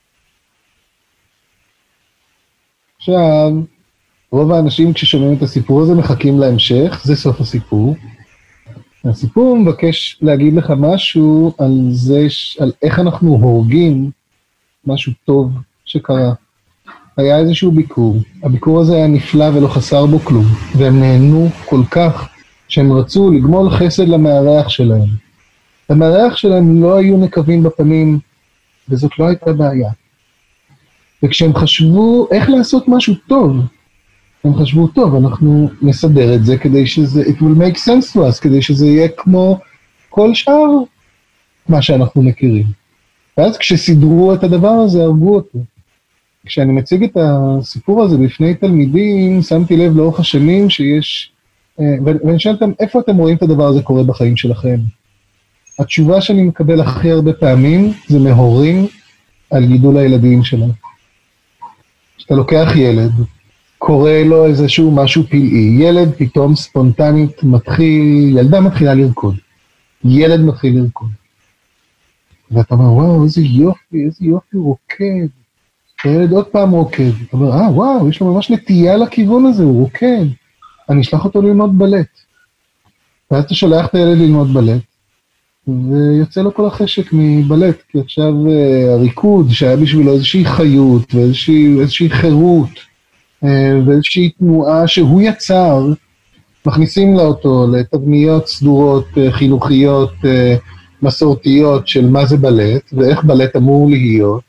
A: עכשיו, רוב האנשים כששומעים את הסיפור הזה מחכים להמשך, זה סוף הסיפור. הסיפור מבקש להגיד לך משהו על זה, על איך אנחנו הורגים משהו טוב שקרה. היה איזשהו ביקור, הביקור הזה היה נפלא ולא חסר בו כלום, והם נהנו כל כך שהם רצו לגמול חסד למארח שלהם. למארח שלהם לא היו נקבים בפנים, וזאת לא הייתה בעיה. וכשהם חשבו איך לעשות משהו טוב, הם חשבו, טוב, אנחנו נסדר את זה כדי שזה, it will make sense to us, כדי שזה יהיה כמו כל שאר מה שאנחנו מכירים. ואז כשסידרו את הדבר הזה, הרגו אותו. כשאני מציג את הסיפור הזה בפני תלמידים, שמתי לב לאורך השנים שיש, ואני שואל אותם, איפה אתם רואים את הדבר הזה קורה בחיים שלכם? התשובה שאני מקבל הכי הרבה פעמים, זה מהורים על גידול הילדים שלהם. כשאתה לוקח ילד, קורה לו איזשהו משהו פלאי, ילד פתאום ספונטנית ילדה מתחילה לרקוד, ילד מתחיל לרקוד. ואתה אומר, וואו, איזה יופי רוקד. הילד עוד פעם רוקד. אתה אומר, וואו, יש לו ממש נטייה לכיוון הזה, הוא רוקד. אני אשלח אותו ללמוד בלט. ואז אתה שולח את הילד ללמוד בלט, ויוצא לו כל החשק מבלט, כי עכשיו הריקוד שהיה בשבילו איזושהי חיות, ואיזושהי חירות, ואיזושהי תנועה שהוא יצר, מכניסים לה אותו לתבניות סדורות חינוכיות מסורתיות של מה זה בלט, ואיך בלט אמור להיות,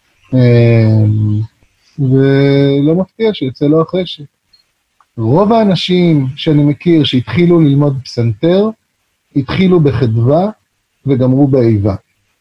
A: ולא מפתיע שיוצא לו החשק. רוב האנשים שאני מכיר שהתחילו ללמוד פסנתר, התחילו בחדווה וגמרו באיבה.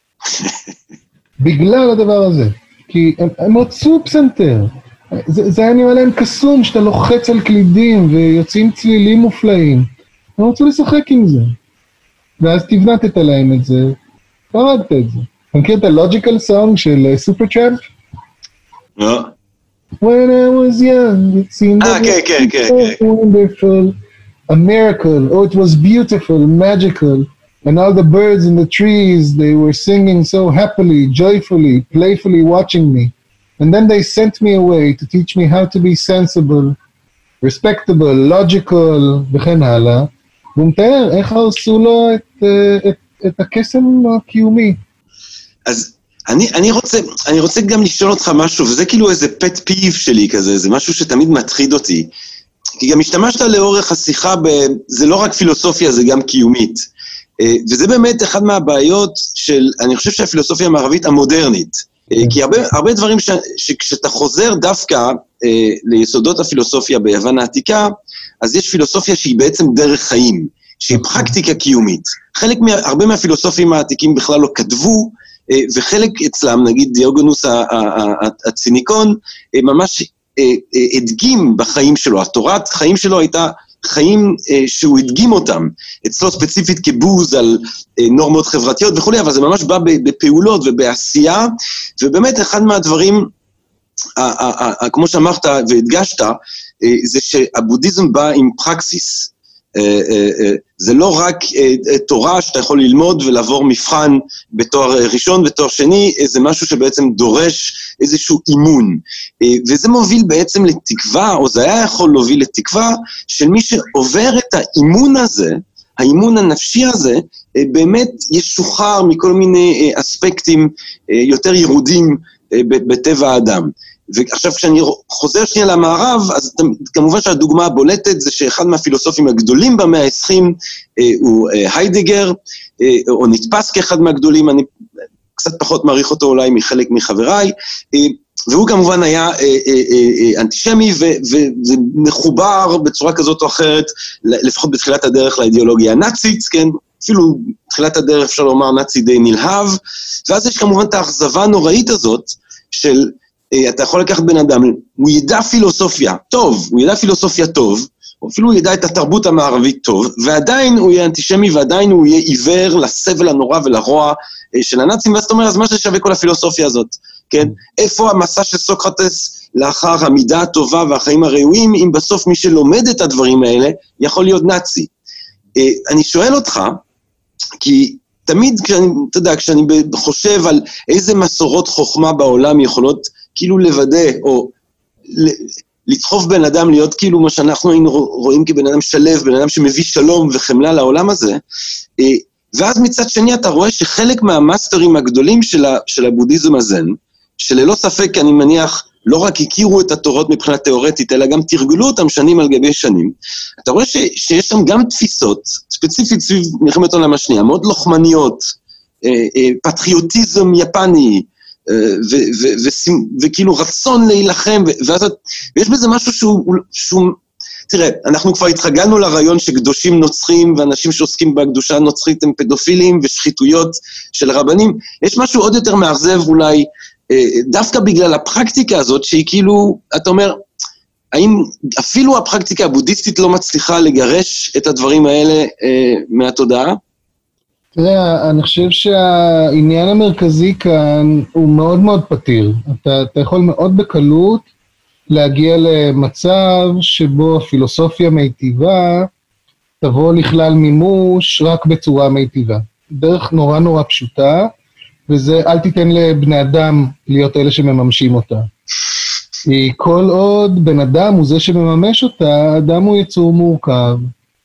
A: בגלל הדבר הזה. כי הם רצו פסנתר. זה היה נראה להם קסום שאתה לוחץ על קלידים ויוצאים צלילים מופלאים. הם רצו לשחק עם זה. ואז תבנתת להם את זה, הרגת את זה. אתה מכיר את הלוג'יקל סונג של סופר טראמפ?
B: לא.
A: When I was young, it seemed so wonderful, a miracle. Oh, it was beautiful, magical. And all the birds in the trees, they were singing so happily, joyfully, playfully watching me. And then they sent me away to teach me how to be sensible, respectable, logical, וכן הלאה. והוא מתאר איך הרסו לו את הקסם הקיומי.
B: אז אני רוצה גם לשאול אותך משהו, וזה כאילו איזה פט פיב שלי כזה, זה משהו שתמיד מטחיד אותי. כי גם השתמשת לאורך השיחה, זה לא רק פילוסופיה, זה גם קיומית. וזה באמת אחד מהבעיות של, אני חושב שהפילוסופיה המערבית המודרנית. כי הרבה דברים שכשאתה חוזר דווקא ליסודות הפילוסופיה ביוון העתיקה, אז יש פילוסופיה שהיא בעצם דרך חיים, שהיא פרקטיקה קיומית. הרבה מהפילוסופים העתיקים בכלל לא כתבו, וחלק אצלם, נגיד דיוגנוס הציניקון, ממש הדגים בחיים שלו. התורת חיים שלו הייתה חיים שהוא הדגים אותם, אצלו ספציפית כבוז על נורמות חברתיות וכו', אבל זה ממש בא בפעולות ובעשייה, ובאמת אחד מהדברים, כמו שאמרת והדגשת, זה שהבודהיזם בא עם פרקסיס. זה לא רק תורה שאתה יכול ללמוד ולעבור מבחן בתואר ראשון ותואר שני, זה משהו שבעצם דורש איזשהו אימון, וזה מוביל בעצם לתקווה, או זה היה יכול להוביל לתקווה, של מי שעובר את האימון הזה, האימון הנפשי הזה, באמת ישוחרר מכל מיני אספקטים יותר ירודים בטבע האדם. ועכשיו כשאני חוזר שנייה למערב, אז כמובן שהדוגמה הבולטת זה שאחד מהפילוסופים הגדולים במאה ה-20 הוא היידגר, או נתפס כאחד מהגדולים, אני קצת פחות מעריך אותו אולי מחלק מחבריי, והוא כמובן היה אנטישמי ומחובר בצורה כזאת או אחרת, לפחות בתחילת הדרך לאידיאולוגיה הנאצית, כן? אפילו בתחילת הדרך אפשר לומר נאצי די נלהב, ואז יש כמובן את האכזבה הנוראית הזאת של אתה יכול לקחת בן אדם, הוא ידע פילוסופיה טוב, או אפילו הוא ידע את התרבות המערבית טוב, ועדיין הוא יהיה אנטישמי, ועדיין הוא יהיה עיוור לסבל הנורא ולרוע של הנאצים, ואז אתה אומר, אז מה ששווה כל הפילוסופיה הזאת, כן? איפה המסע של סוקרטס לאחר המידה הטובה והחיים הראויים, אם בסוף מי שלומד את הדברים האלה, יכול להיות נאצי. אני שואל אותך, כי תמיד כשאני חושב על איזה מסורות חוכמה בעולם יכולות כאילו לוודא, או לדחוף בן אדם להיות כאילו מה שאנחנו היינו רואים כבן אדם שלב, בן אדם שמביא שלום וחמלה לעולם הזה, ואז מצד שני אתה רואה שחלק מהמאסטרים הגדולים של הבודהיזם הזן, שללא ספק אני מניח לא רק הכירו את התורות מבחינה תיאורטית, אלא גם תרגלו אותם שנים על גבי שנים, אתה רואה שיש שם גם תפיסות, ספציפית סביב מלחמת העולם השנייה, מאוד לוחמניות, פטריוטיזם יפני, וכאילו רצון להילחם, ויש בזה משהו שהוא, תראה, אנחנו כבר התרגלנו לרעיון שקדושים נוצרים, ואנשים שעוסקים בקדושה הנוצרית הם פדופילים, ושחיתויות של רבנים, יש משהו עוד יותר מאכזב אולי, דווקא בגלל הפרקטיקה הזאת, שהיא כאילו, אתה אומר, האם אפילו הפרקטיקה הבודהיסטית לא מצליחה לגרש את הדברים האלה מהתודעה?
A: תראה, אני חושב שהעניין המרכזי כאן הוא מאוד מאוד פתיר. אתה יכול מאוד בקלות להגיע למצב שבו הפילוסופיה מיטיבה תבוא לכלל מימוש רק בצורה מיטיבה. דרך נורא נורא פשוטה, וזה אל תיתן לבני אדם להיות אלה שמממשים אותה. כי כל עוד בן אדם הוא זה שמממש אותה, אדם הוא יצור מורכב.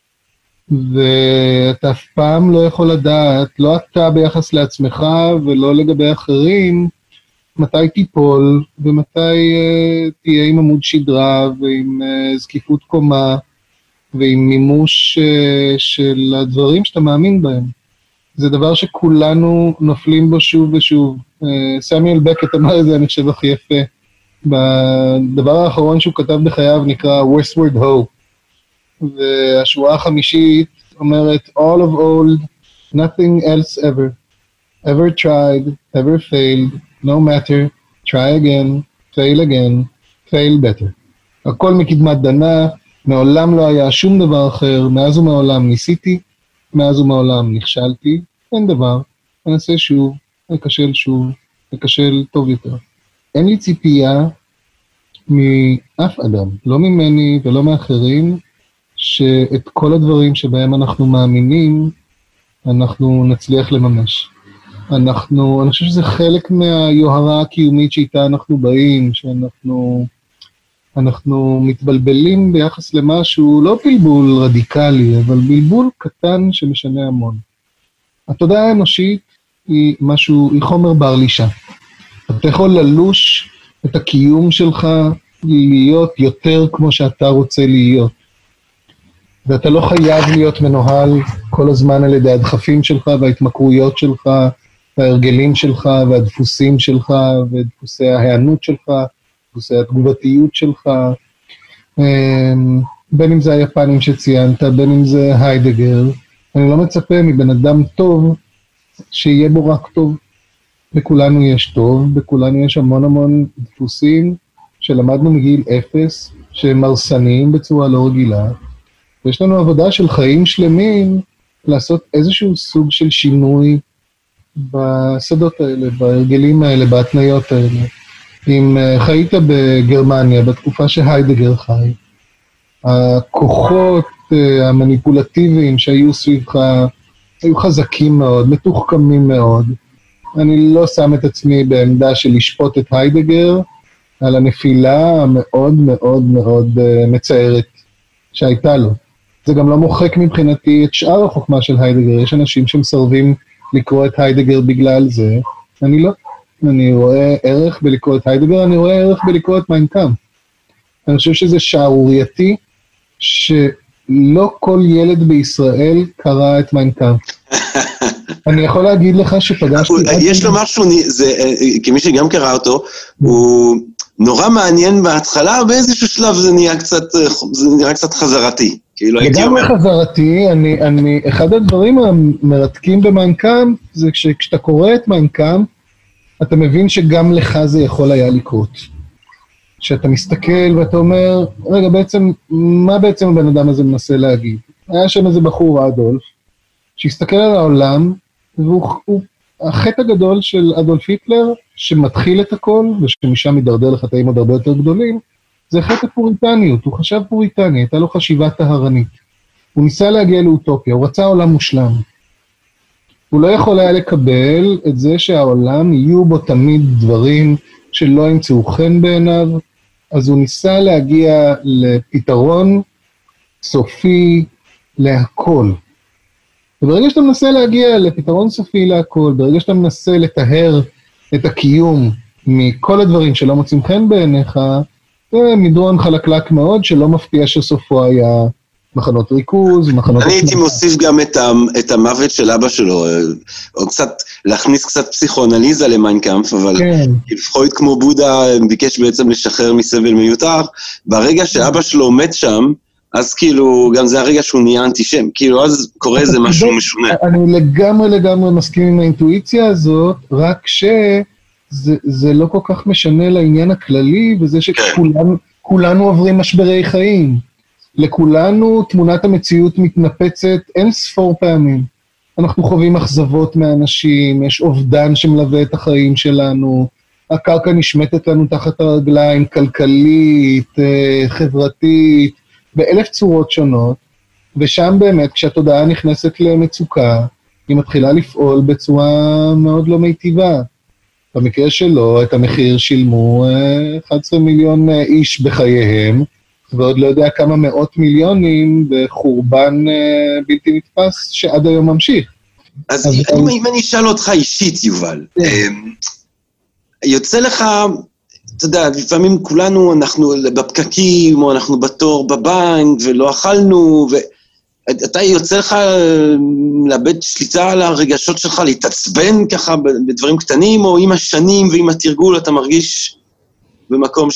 A: ואתה אף פעם לא יכול לדעת, לא אתה ביחס לעצמך ולא לגבי אחרים, מתי תיפול ומתי תהיה עם עמוד שדרה ועם זקיפות קומה ועם מימוש של הדברים שאתה מאמין בהם. זה דבר שכולנו נופלים בו שוב ושוב. סמיאל בקט אמר את זה, אני חושב הכי יפה. בדבר האחרון שהוא כתב בחייו נקרא Westward Hope. והשורה החמישית אומרת, all of old, nothing else ever tried, ever failed, no matter, try again, fail better. הכל מקדמת דנה, מעולם לא היה שום דבר אחר, מאז ומעולם ניסיתי, מאז ומעולם נכשלתי, אין דבר, אנסה שוב, אכשל שוב, אכשל טוב יותר. אין לי ציפייה מאף אדם, לא ממני ולא מאחרים, שאת כל הדברים שבהם אנחנו מאמינים, אנחנו נצליח לממש. אני חושב שזה חלק מהיוהרה הקיומית שאיתה אנחנו באים, שאנחנו מתבלבלים ביחס למשהו, לא בלבול רדיקלי, אבל בלבול קטן שמשנה המון. התודעה האנושית היא חומר בר לישה. אתה יכול ללוש את הקיום שלך להיות יותר כמו שאתה רוצה להיות. ואתה לא חייב להיות מנוהל כל הזמן על ידי הדחפים שלך וההתמכרויות שלך, וההרגלים שלך והדפוסים שלך ודפוסי ההיענות שלך, דפוסי התגובתיות שלך, בין אם זה היפנים שציינת, בין אם זה היידגר. אני לא מצפה מבן אדם טוב שיהיה בו רק טוב. בכולנו יש טוב, בכולנו יש המון המון דפוסים שלמדנו מגיל 0, שהם מרסניים בצורה לא רגילה. ויש לנו עבודה של חיים שלמים לעשות איזשהו סוג של שינוי בשדות האלה, בהרגלים האלה, בהתניות האלה. אם חיית בגרמניה, בתקופה שהיידגר חי, הכוחות המניפולטיביים שהיו סביבך, היו חזקים מאוד, מתוחכמים מאוד. אני לא שם את עצמי בעמדה של לשפוט את היידגר, על הנפילה המאוד מאוד מאוד מצערת שהייתה לו. זה גם לא מוחק מבחינתי את שאר החוכמה של היידגר, יש אנשים שמסרבים לקרוא את היידגר בגלל זה, אני לא. אני רואה ערך בלקרוא את היידגר, אני רואה ערך בלקרוא את מיין קאמפף. אני חושב שזה שערורייתי, שלא כל ילד בישראל קרא את מיין קאמפף. אני יכול להגיד לך שפגשתי...
B: יש לו משהו, כמי שגם קרא אותו, הוא נורא מעניין בהתחלה, באיזשהו שלב זה נראה קצת חזרתי.
A: לגמרי חזרתי, אחד הדברים המרתקים במיין קאמפף, זה כשאתה קורא את מיין קאמפף, אתה מבין שגם לך זה יכול היה לקרות. שאתה מסתכל ואתה אומר, רגע, מה בעצם הבן אדם הזה מנסה להגיד? היה שם איזה בחור אדולף, שהסתכל על העולם, והחטא הגדול של אדולף היטלר, שמתחיל את הכל, ושמשם מדרדר לחטאים עוד הרבה יותר גדולים, זה חטא הפוריטניות, הוא חשב פוריטני, הייתה לו חשיבה טהרנית. הוא ניסה להגיע לאוטופיה, הוא רצה עולם מושלם. הוא לא יכול היה לקבל את זה שהעולם יהיו בו תמיד דברים שלא ימצאו חן בעיניו, אז הוא ניסה להגיע לפתרון סופי להכל. וברגע שאתה מנסה להגיע לפתרון סופי להכל, ברגע שאתה מנסה לטהר את הקיום מכל הדברים שלא מוצאים חן בעיניך, זה מדרון חלקלק מאוד, שלא מפתיע שסופו היה מחנות ריכוז, מחנות...
B: אני הייתי מוסיף גם את המוות של אבא שלו, או קצת, להכניס קצת פסיכואנליזה למיינקאמפ, אבל פרויד כמו בודה ביקש בעצם לשחרר מסבל מיותר, ברגע שאבא שלו מת שם, אז כאילו, גם זה הרגע שהוא נהיה אנטישם, כאילו, אז קורה איזה משהו משונה. אני
A: לגמרי מסכים עם האינטואיציה הזאת, רק שזה לא כל כך משנה לעניין הכללי, וזה שכולנו עוברים משברי חיים. לכולנו תמונת המציאות מתנפצת אין ספור פעמים. אנחנו חווים אכזבות מאנשים, יש אובדן שמלווה את החיים שלנו, הקרקע נשמטת לנו תחת הרגליים, כלכלית, חברתית, באלף צורות שונות, ושם באמת כשהתודעה נכנסת למצוקה, היא מתחילה לפעול בצורה מאוד לא מיטיבה. במקרה שלו, את המחיר שילמו 11 מיליון איש בחייהם, ועוד לא יודע כמה מאות מיליונים בחורבן בלתי נתפס שעד היום ממשיך.
B: אז אם אני אשאל אותך אישית, יובל, יוצא לך, אתה יודע, לפעמים כולנו, אנחנו בפקקים, או אנחנו בתור בבנק, ולא אכלנו, ואתה יוצא לך לאבד שליטה על הרגשות שלך, להתעצבן ככה בדברים קטנים, או עם השנים ועם התרגול, אתה מרגיש במקום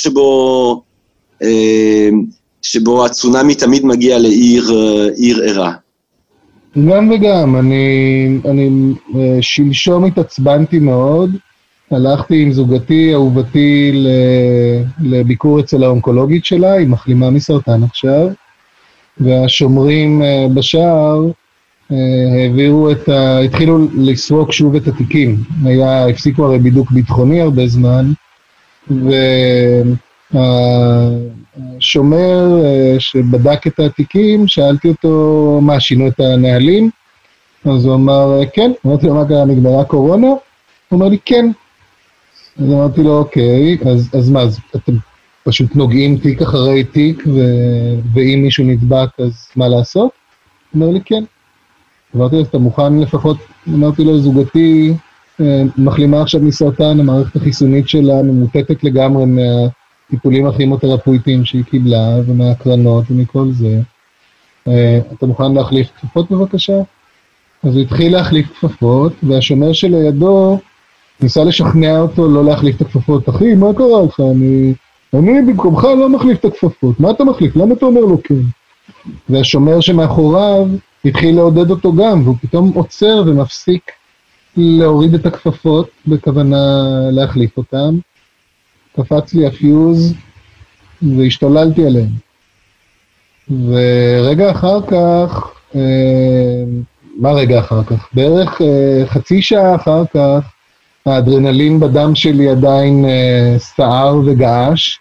B: שבו הצונמי תמיד מגיע לעיר ערה.
A: גם וגם, אני שלשום התעצבנתי מאוד, הלכתי עם זוגתי, אהובתי, לביקור אצל האונקולוגית שלה, היא מחלימה מסרטן עכשיו, והשומרים בשער התחילו לסרוק שוב את התיקים, הפסיקו הרי בידוק ביטחוני הרבה זמן, השומר שבדק את התיקים, שאלתי אותו מה, שינו את הנהלים? אז הוא אמר, כן. אמרתי לו, מה קרה, נגמרה קורונה? הוא אומר לי, כן. אז אמרתי לו, אוקיי, אז מה, אז אתם פשוט נוגעים תיק אחרי תיק, ואם מישהו נדבק, אז מה לעשות? הוא אומר לי, כן. אמרתי לו, אתה מוכן לפחות, אמרתי לו, זוגתי מחלימה עכשיו מסרטן, המערכת החיסונית שלה ממוטטת לגמרי טיפולים הכימותרפויטיים שהיא קיבלה, ומהקרנות ומכל זה. אתה מוכן להחליף כפפות בבקשה? אז הוא התחיל להחליף כפפות, והשומר שלידו ניסה לשכנע אותו לא להחליף את הכפפות. אחי, מה קרה לך? אני במקומך לא מחליף את הכפפות. מה אתה מחליף? למה אתה אומר לו כן? והשומר שמאחוריו התחיל לעודד אותו גם, והוא פתאום עוצר ומפסיק להוריד את הכפפות בכוונה להחליף אותם. קפץ לי הפיוז והשתוללתי עליהם. ורגע אחר כך, מה רגע אחר כך? בערך חצי שעה אחר כך, האדרנלין בדם שלי עדיין סער וגעש.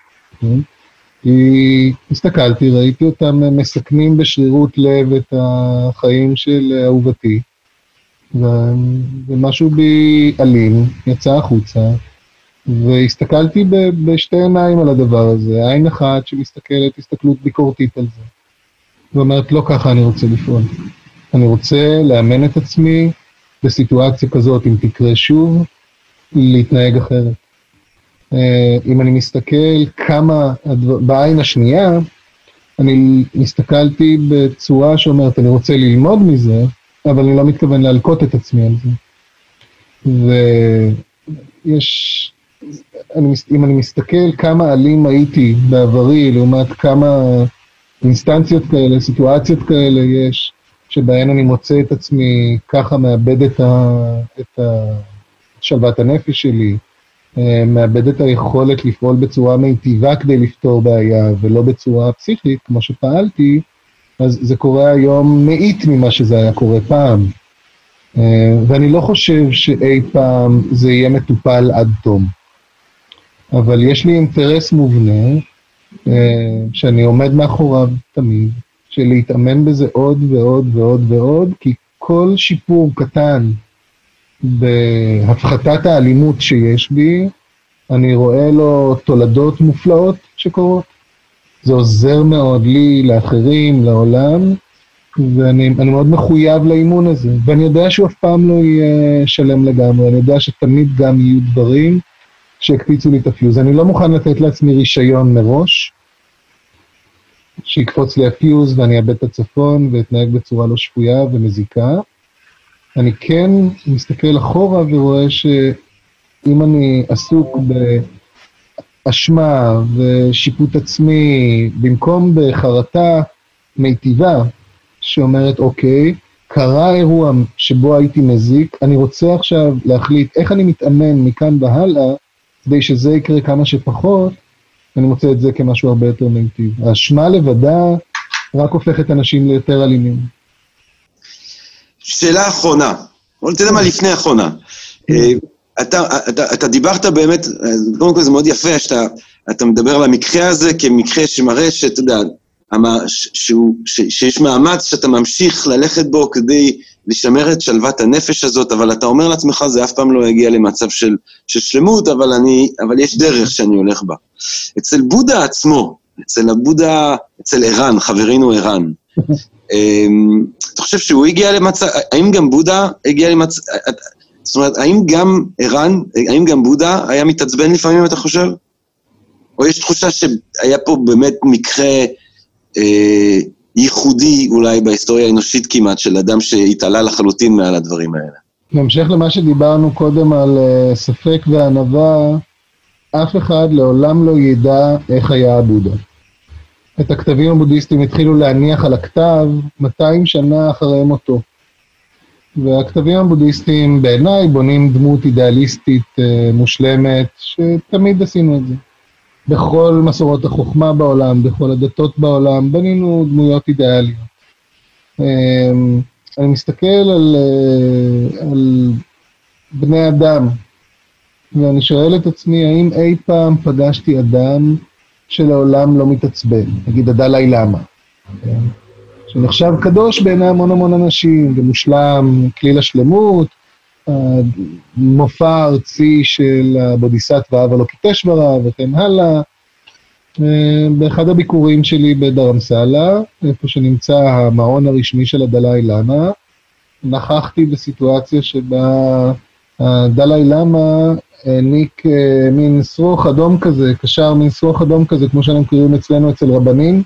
A: הסתכלתי, ראיתי אותם מסכנים בשרירות לב את החיים של אהובתי, ומשהו בי אלים, יצא החוצה, והסתכלתי בשתי עיניים על הדבר הזה, עין אחת שמסתכלת הסתכלות ביקורתית על זה, ואומרת, לא ככה אני רוצה לפעול. אני רוצה לאמן את עצמי בסיטואציה כזאת, אם תקרה שוב, להתנהג אחרת. אם אני מסתכל כמה, בעין השנייה, אני מסתכלתי בצורה שאומרת, אני רוצה ללמוד מזה, אבל אני לא מתכוון להלקות את עצמי על זה. ויש, אם אני מסתכל כמה אלים הייתי בעברי, לעומת כמה אינסטנציות כאלה, סיטואציות כאלה יש, שבהן אני מוצא את עצמי ככה מאבד את שלוות הנפש שלי, מאבד את היכולת לפעול בצורה מיטיבה כדי לפתור בעיה, ולא בצורה פסיכית, כמו שפעלתי, אז זה קורה היום מאית ממה שזה היה קורה פעם. ואני לא חושב שאי פעם זה יהיה מטופל עד תום. אבל יש לי אינטרס מובנה, שאני עומד מאחוריו תמיד, של להתאמן בזה עוד ועוד ועוד ועוד, כי כל שיפור קטן בהפחתת האלימות שיש בי, אני רואה לו תולדות מופלאות שקורות. זה עוזר מאוד לי, לאחרים, לעולם, ואני מאוד מחויב לאימון הזה. ואני יודע שהוא אף פעם לא יהיה שלם לגמרי, אני יודע שתמיד גם יהיו דברים שהקפיצו לי את הפיוז. אני לא מוכן לתת לעצמי רישיון מראש, שיקפוץ לי הפיוז ואני אאבד את הצפון ואתנהג בצורה לא שפויה ומזיקה. אני כן מסתכל אחורה ורואה שאם אני עסוק באשמה ושיפוט עצמי, במקום בחרטה מיטיבה שאומרת אוקיי, קרה אירוע שבו הייתי מזיק, אני רוצה עכשיו להחליט איך אני מתאמן מכאן והלאה, כדי שזה יקרה כמה שפחות, אני מוצא את זה כמשהו הרבה יותר מיטיב. האשמה לבדה רק הופכת אנשים ליותר אלימים.
B: שאלה אחרונה, או אתה יודע מה לפני האחרונה. אתה דיברת באמת, קודם כל זה מאוד יפה, שאתה מדבר על המקרה הזה כמקרה שמראה שאתה יודע, שיש מאמץ שאתה ממשיך ללכת בו כדי לשמר את שלוות הנפש הזאת, אבל אתה אומר לעצמך, זה אף פעם לא יגיע למצב של שלמות, אבל יש דרך שאני הולך בה. אצל בודה עצמו, אצל ערן, חברינו ערן, אתה חושב שהוא הגיע למצב, האם גם בודה הגיע למצב, זאת אומרת, האם גם בודה היה מתעצבן לפעמים, אתה חושב? או יש תחושה שהיה פה באמת מקרה ייחודי אולי בהיסטוריה האנושית כמעט, של אדם שהתעלה לחלוטין מעל הדברים האלה? בהמשך
A: למה שדיברנו קודם על ספק וענווה, אף אחד לעולם לא ידע איך היה הבודה. את הכתבים הבודהיסטים התחילו להניח על הכתב 200 שנה אחרי מותו. והכתבים הבודהיסטים בעיניי בונים דמות אידיאליסטית מושלמת, שתמיד עשינו את זה. בכל מסורות החוכמה בעולם, בכל הדתות בעולם, בנינו דמויות אידיאליות. אני מסתכל על בני אדם, ואני שואל את עצמי, האם אי פעם פגשתי אדם שלעולם לא מתעצבן, נגיד הדלאי למה, שנחשב קדוש בעיני המון אנשים, ומושלם, כליל השלמות, מופע ארצי של הבודיסטווה אבלוקiteshvara וכן הלאה. באחד הביקורים שלי בדרמסלה, איפה שנמצא המעון הרשמי של הדלאי למה, נכחתי בסיטואציה שבה הדלאי למה העניק מין שרוך אדום כזה, קשר מין שרוך אדום כזה, כמו שאנחנו קוראים אצלנו אצל רבנים,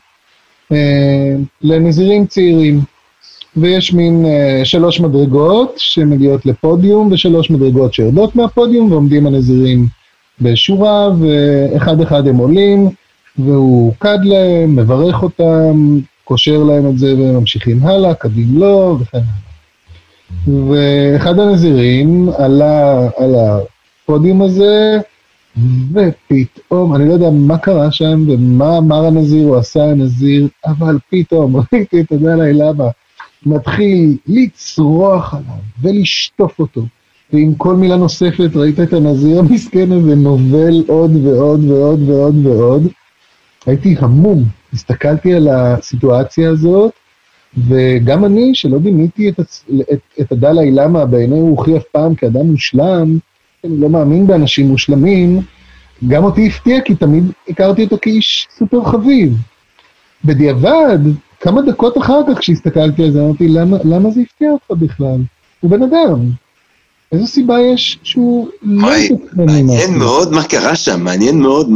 A: לנזירים צעירים. ויש מין 3 מדרגות שמגיעות לפודיום, ו3 מדרגות שירדות מהפודיום, ועומדים הנזירים בשורה, ואחד אחד הם עולים, והוא קד להם, מברך אותם, קושר להם את זה, וממשיכים הלאה, קדים לו, וכן הלאה. ואחד הנזירים עלה על הפודיום הזה, ופתאום, אני לא יודע מה קרה שם, ומה אמר הנזיר, או עשה הנזיר, אבל פתאום, ראיתי את הדלאי למה, מתחיל לצרוח עליו ולשטוף אותו, ועם כל מילה נוספת ראית את הנזיר המסכן הזה נובל עוד ועוד ועוד ועוד ועוד. הייתי המום, הסתכלתי על הסיטואציה הזאת, וגם אני שלא דימיתי את הדלאי למה בעיני רוחי אף פעם כאדם מושלם, אני לא מאמין באנשים מושלמים, גם אותי הפתיע כי תמיד הכרתי אותו כאיש סופר חביב. בדיעבד, כמה דקות אחר כך כשהסתכלתי על זה, אמרתי, למה זה הפתיע אותך בכלל? הוא בן אדם. איזו סיבה יש שהוא לא יתכנן?
B: מעניין מאוד מה קרה שם, מעניין מאוד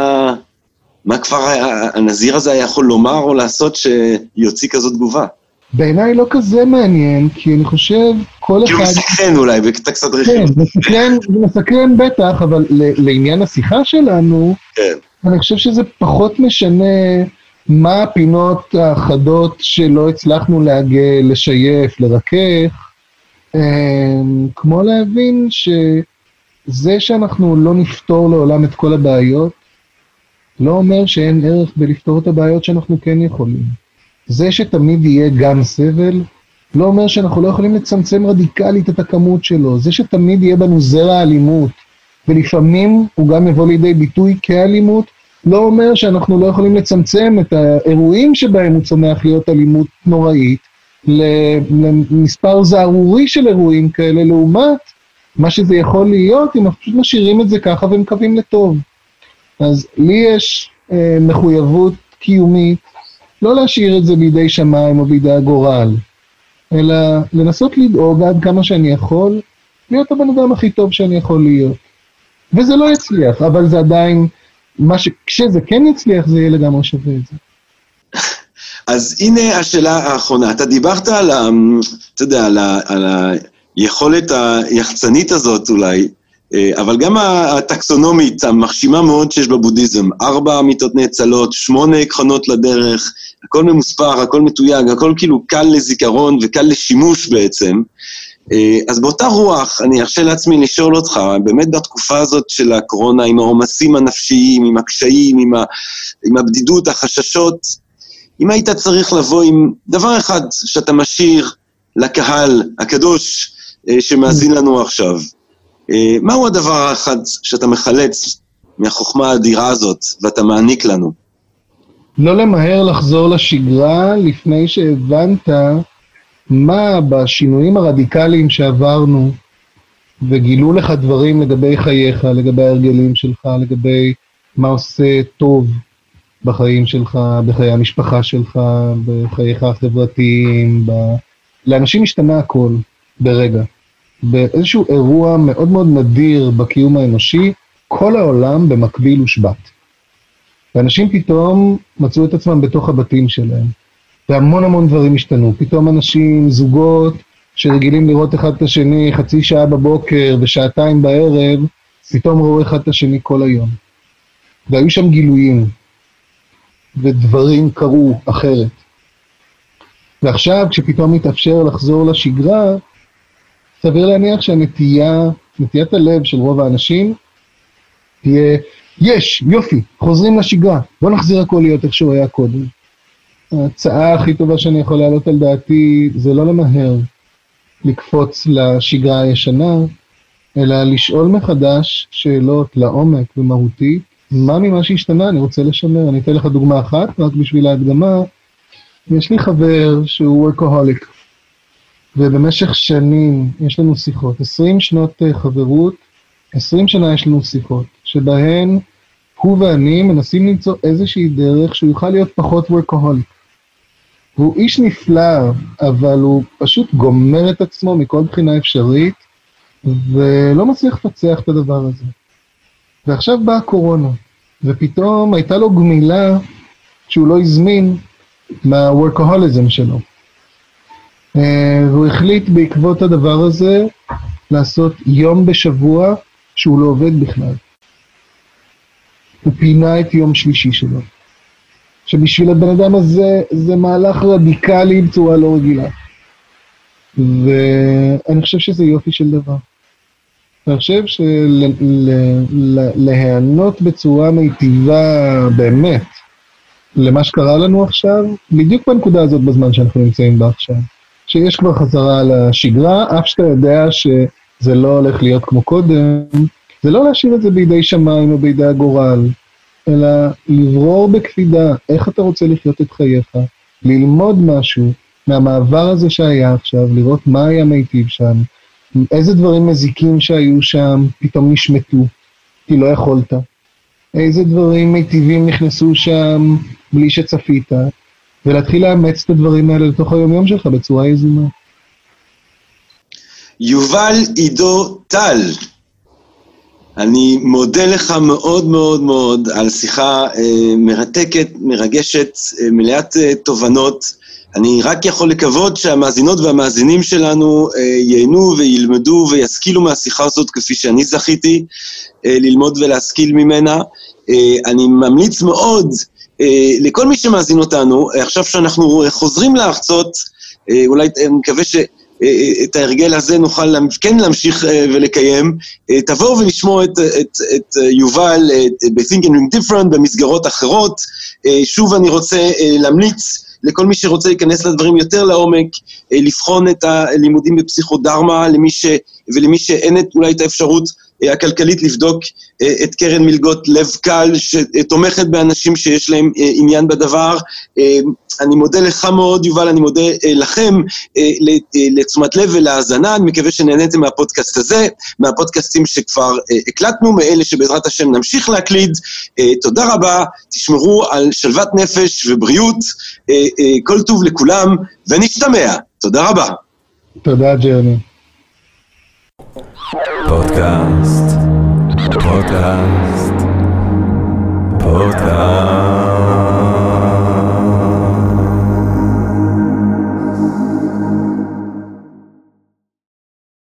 B: מה כבר הנזיר הזה היה יכול לומר או לעשות שיוציא כזאת תגובה.
A: בעיניי לא כזה מעניין, כי אני חושב כל אחד...
B: כי הוא מסקרן אולי, בקטע קצת רכיב.
A: כן, מסקרן בטח, אבל לעניין השיחה שלנו, אני חושב שזה פחות משנה מה הפינות האחדות שלא הצלחנו לעגל, לשייף, לרכך, כמו להבין שזה שאנחנו לא נפתור לעולם את כל הבעיות, לא אומר שאין ערך בלפתור את הבעיות שאנחנו כן יכולים. זה שתמיד יהיה גם סבל, לא אומר שאנחנו לא יכולים לצמצם רדיקלית את הכמות שלו. זה שתמיד יהיה בנו זרע אלימות, ולפעמים הוא גם יבוא לידי ביטוי כאלימות, לא אומר שאנחנו לא יכולים לצמצם את האירועים שבהם הוא צומח להיות אלימות נוראית, למספר זערורי של אירועים כאלה, לעומת מה שזה יכול להיות, אם אנחנו פשוט משאירים את זה ככה ומקווים לטוב. אז לי יש מחויבות קיומית, לא להשאיר את זה בידי שמיים או בידי הגורל, אלא לנסות לדאוג עד כמה שאני יכול, להיות הבן אדם הכי טוב שאני יכול להיות. וזה לא יצליח, אבל זה עדיין, כשזה כן יצליח, זה יהיה לגמרי שווה את זה.
B: אז הנה השאלה האחרונה. אתה דיברת על, אתה יודע, על היכולת היחצנית הזאת אולי, אבל גם הטקסונומית, המחשימה מאוד שיש בבודהיזם, 4 אמיתות נאצלות, 8 קרנות לדרך, הכל ממוספר, הכל מתויג, הכל כאילו קל לזיכרון וקל לשימוש בעצם. אז באותה רוח אני ארשה לעצמי לשאול אותך, באמת בתקופה הזאת של הקורונה, עם העומסים הנפשיים, עם הקשיים, עם הבדידות, החששות, אם היית צריך לבוא עם דבר אחד שאתה משאיר לקהל הקדוש שמאזין לנו עכשיו, מהו הדבר האחד שאתה מחלץ מהחוכמה האדירה הזאת ואתה מעניק לנו?
A: לא למהר לחזור לשגרה לפני שהבנת מה בשינויים הרדיקליים שעברנו וגילו לך דברים לגבי חייך, לגבי ההרגלים שלך, לגבי מה עושה טוב בחיים שלך, בחיי המשפחה שלך, בחייך החברתיים, לאנשים משתנה הכל ברגע. באיזשהו אירוע מאוד מאוד נדיר בקיום האנושי, כל העולם במקביל הושבת. ואנשים פתאום מצאו את עצמם בתוך הבתים שלהם, והמון המון דברים השתנו. פתאום אנשים, זוגות, שרגילים לראות אחד את השני חצי שעה בבוקר ושעתיים בערב, פתאום ראו אחד את השני כל היום. והיו שם גילויים, ודברים קרו אחרת. ועכשיו, כשפתאום מתאפשר לחזור לשגרה, סביר להניח נטיית הלב של רוב האנשים, תהיה, יופי, חוזרים לשגרה, בוא נחזיר הכל להיות איך שהוא היה קודם. ההצעה הכי טובה שאני יכול להעלות על דעתי, זה לא למהר לקפוץ לשגרה הישנה, אלא לשאול מחדש שאלות לעומק ומהותי, מה ממה שהשתנה אני רוצה לשמר. אני אתן לך דוגמה אחת, רק בשביל ההדגמה. יש לי חבר שהוא workaholic, ובמשך שנים יש לנו שיחות, 20 שנות חברות, 20 שנה יש לנו שיחות, שבהן הוא ואני מנסים למצוא איזושהי דרך שהוא יוכל להיות פחות workaholic. והוא איש נפלא, אבל הוא פשוט גומר את עצמו מכל בחינה אפשרית, ולא מצליח לפצח את הדבר הזה. ועכשיו באה הקורונה, ופתאום הייתה לו גמילה שהוא לא הזמין מהוורקהוליזם שלו. והוא החליט בעקבות הדבר הזה לעשות יום בשבוע שהוא לא עובד בכלל. הוא פינה את יום שלישי שלו. שבשביל הבן אדם הזה זה מהלך רדיקלי בצורה לא רגילה. ואני חושב שזה יופי של דבר. אני חושב שלהיענות בצורה מיטיבה באמת למה שקרה לנו עכשיו, בדיוק בנקודה הזאת בזמן שאנחנו נמצאים בה עכשיו, שיש כבר חזרה לשגרה, אף שאתה יודע שזה לא הולך להיות כמו קודם, זה לא להשאיר את זה בידי שמיים או בידי הגורל, אלא לברור בקפידה איך אתה רוצה לחיות את חייך, ללמוד משהו מהמעבר הזה שהיה עכשיו, לראות מה היה מיטיב שם, איזה דברים מזיקים שהיו שם פתאום נשמטו, כי לא יכולת, איזה דברים מיטיבים נכנסו שם בלי שצפית, ולהתחיל לאמץ את הדברים האלה לתוך היום-יום שלך בצורה יזומה.
B: יובל עידו טל, אני מודה לך מאוד מאוד מאוד על שיחה מרתקת, מרגשת, מלאת תובנות. אני רק יכול לקוות שהמאזינות והמאזינים שלנו ייהנו וילמדו וישכילו מהשיחה הזאת כפי שאני זכיתי ללמוד ולהשכיל ממנה. אני ממליץ מאוד לכל מי שמאזין אותנו, עכשיו שאנחנו חוזרים לארצות, אולי אני מקווה את ההרגל הזה נוכל כן להמשיך ולקיים, תבואו ולשמוע את יובל ב-Think and Ring Different במסגרות אחרות. שוב אני רוצה להמליץ לכל מי שרוצה להיכנס לדברים יותר לעומק, לבחון את הלימודים בפסיכודרמה, ולמי שאין אולי את האפשרות הכלכלית לבדוק את קרן מלגות לב קל, שתומכת באנשים שיש להם עניין בדבר. אני מודה לך מאוד, יובל, אני מודה לכם לתשומת לב ולהאזנה, אני מקווה שנהניתם מהפודקאסט הזה, מהפודקאסטים שכבר הקלטנו, מאלה שבעזרת השם נמשיך להקליד. תודה רבה, תשמרו על שלוות נפש ובריאות, כל טוב לכולם, ונשתמע. תודה רבה.
A: תודה, ג'רני.
C: פודקאסט.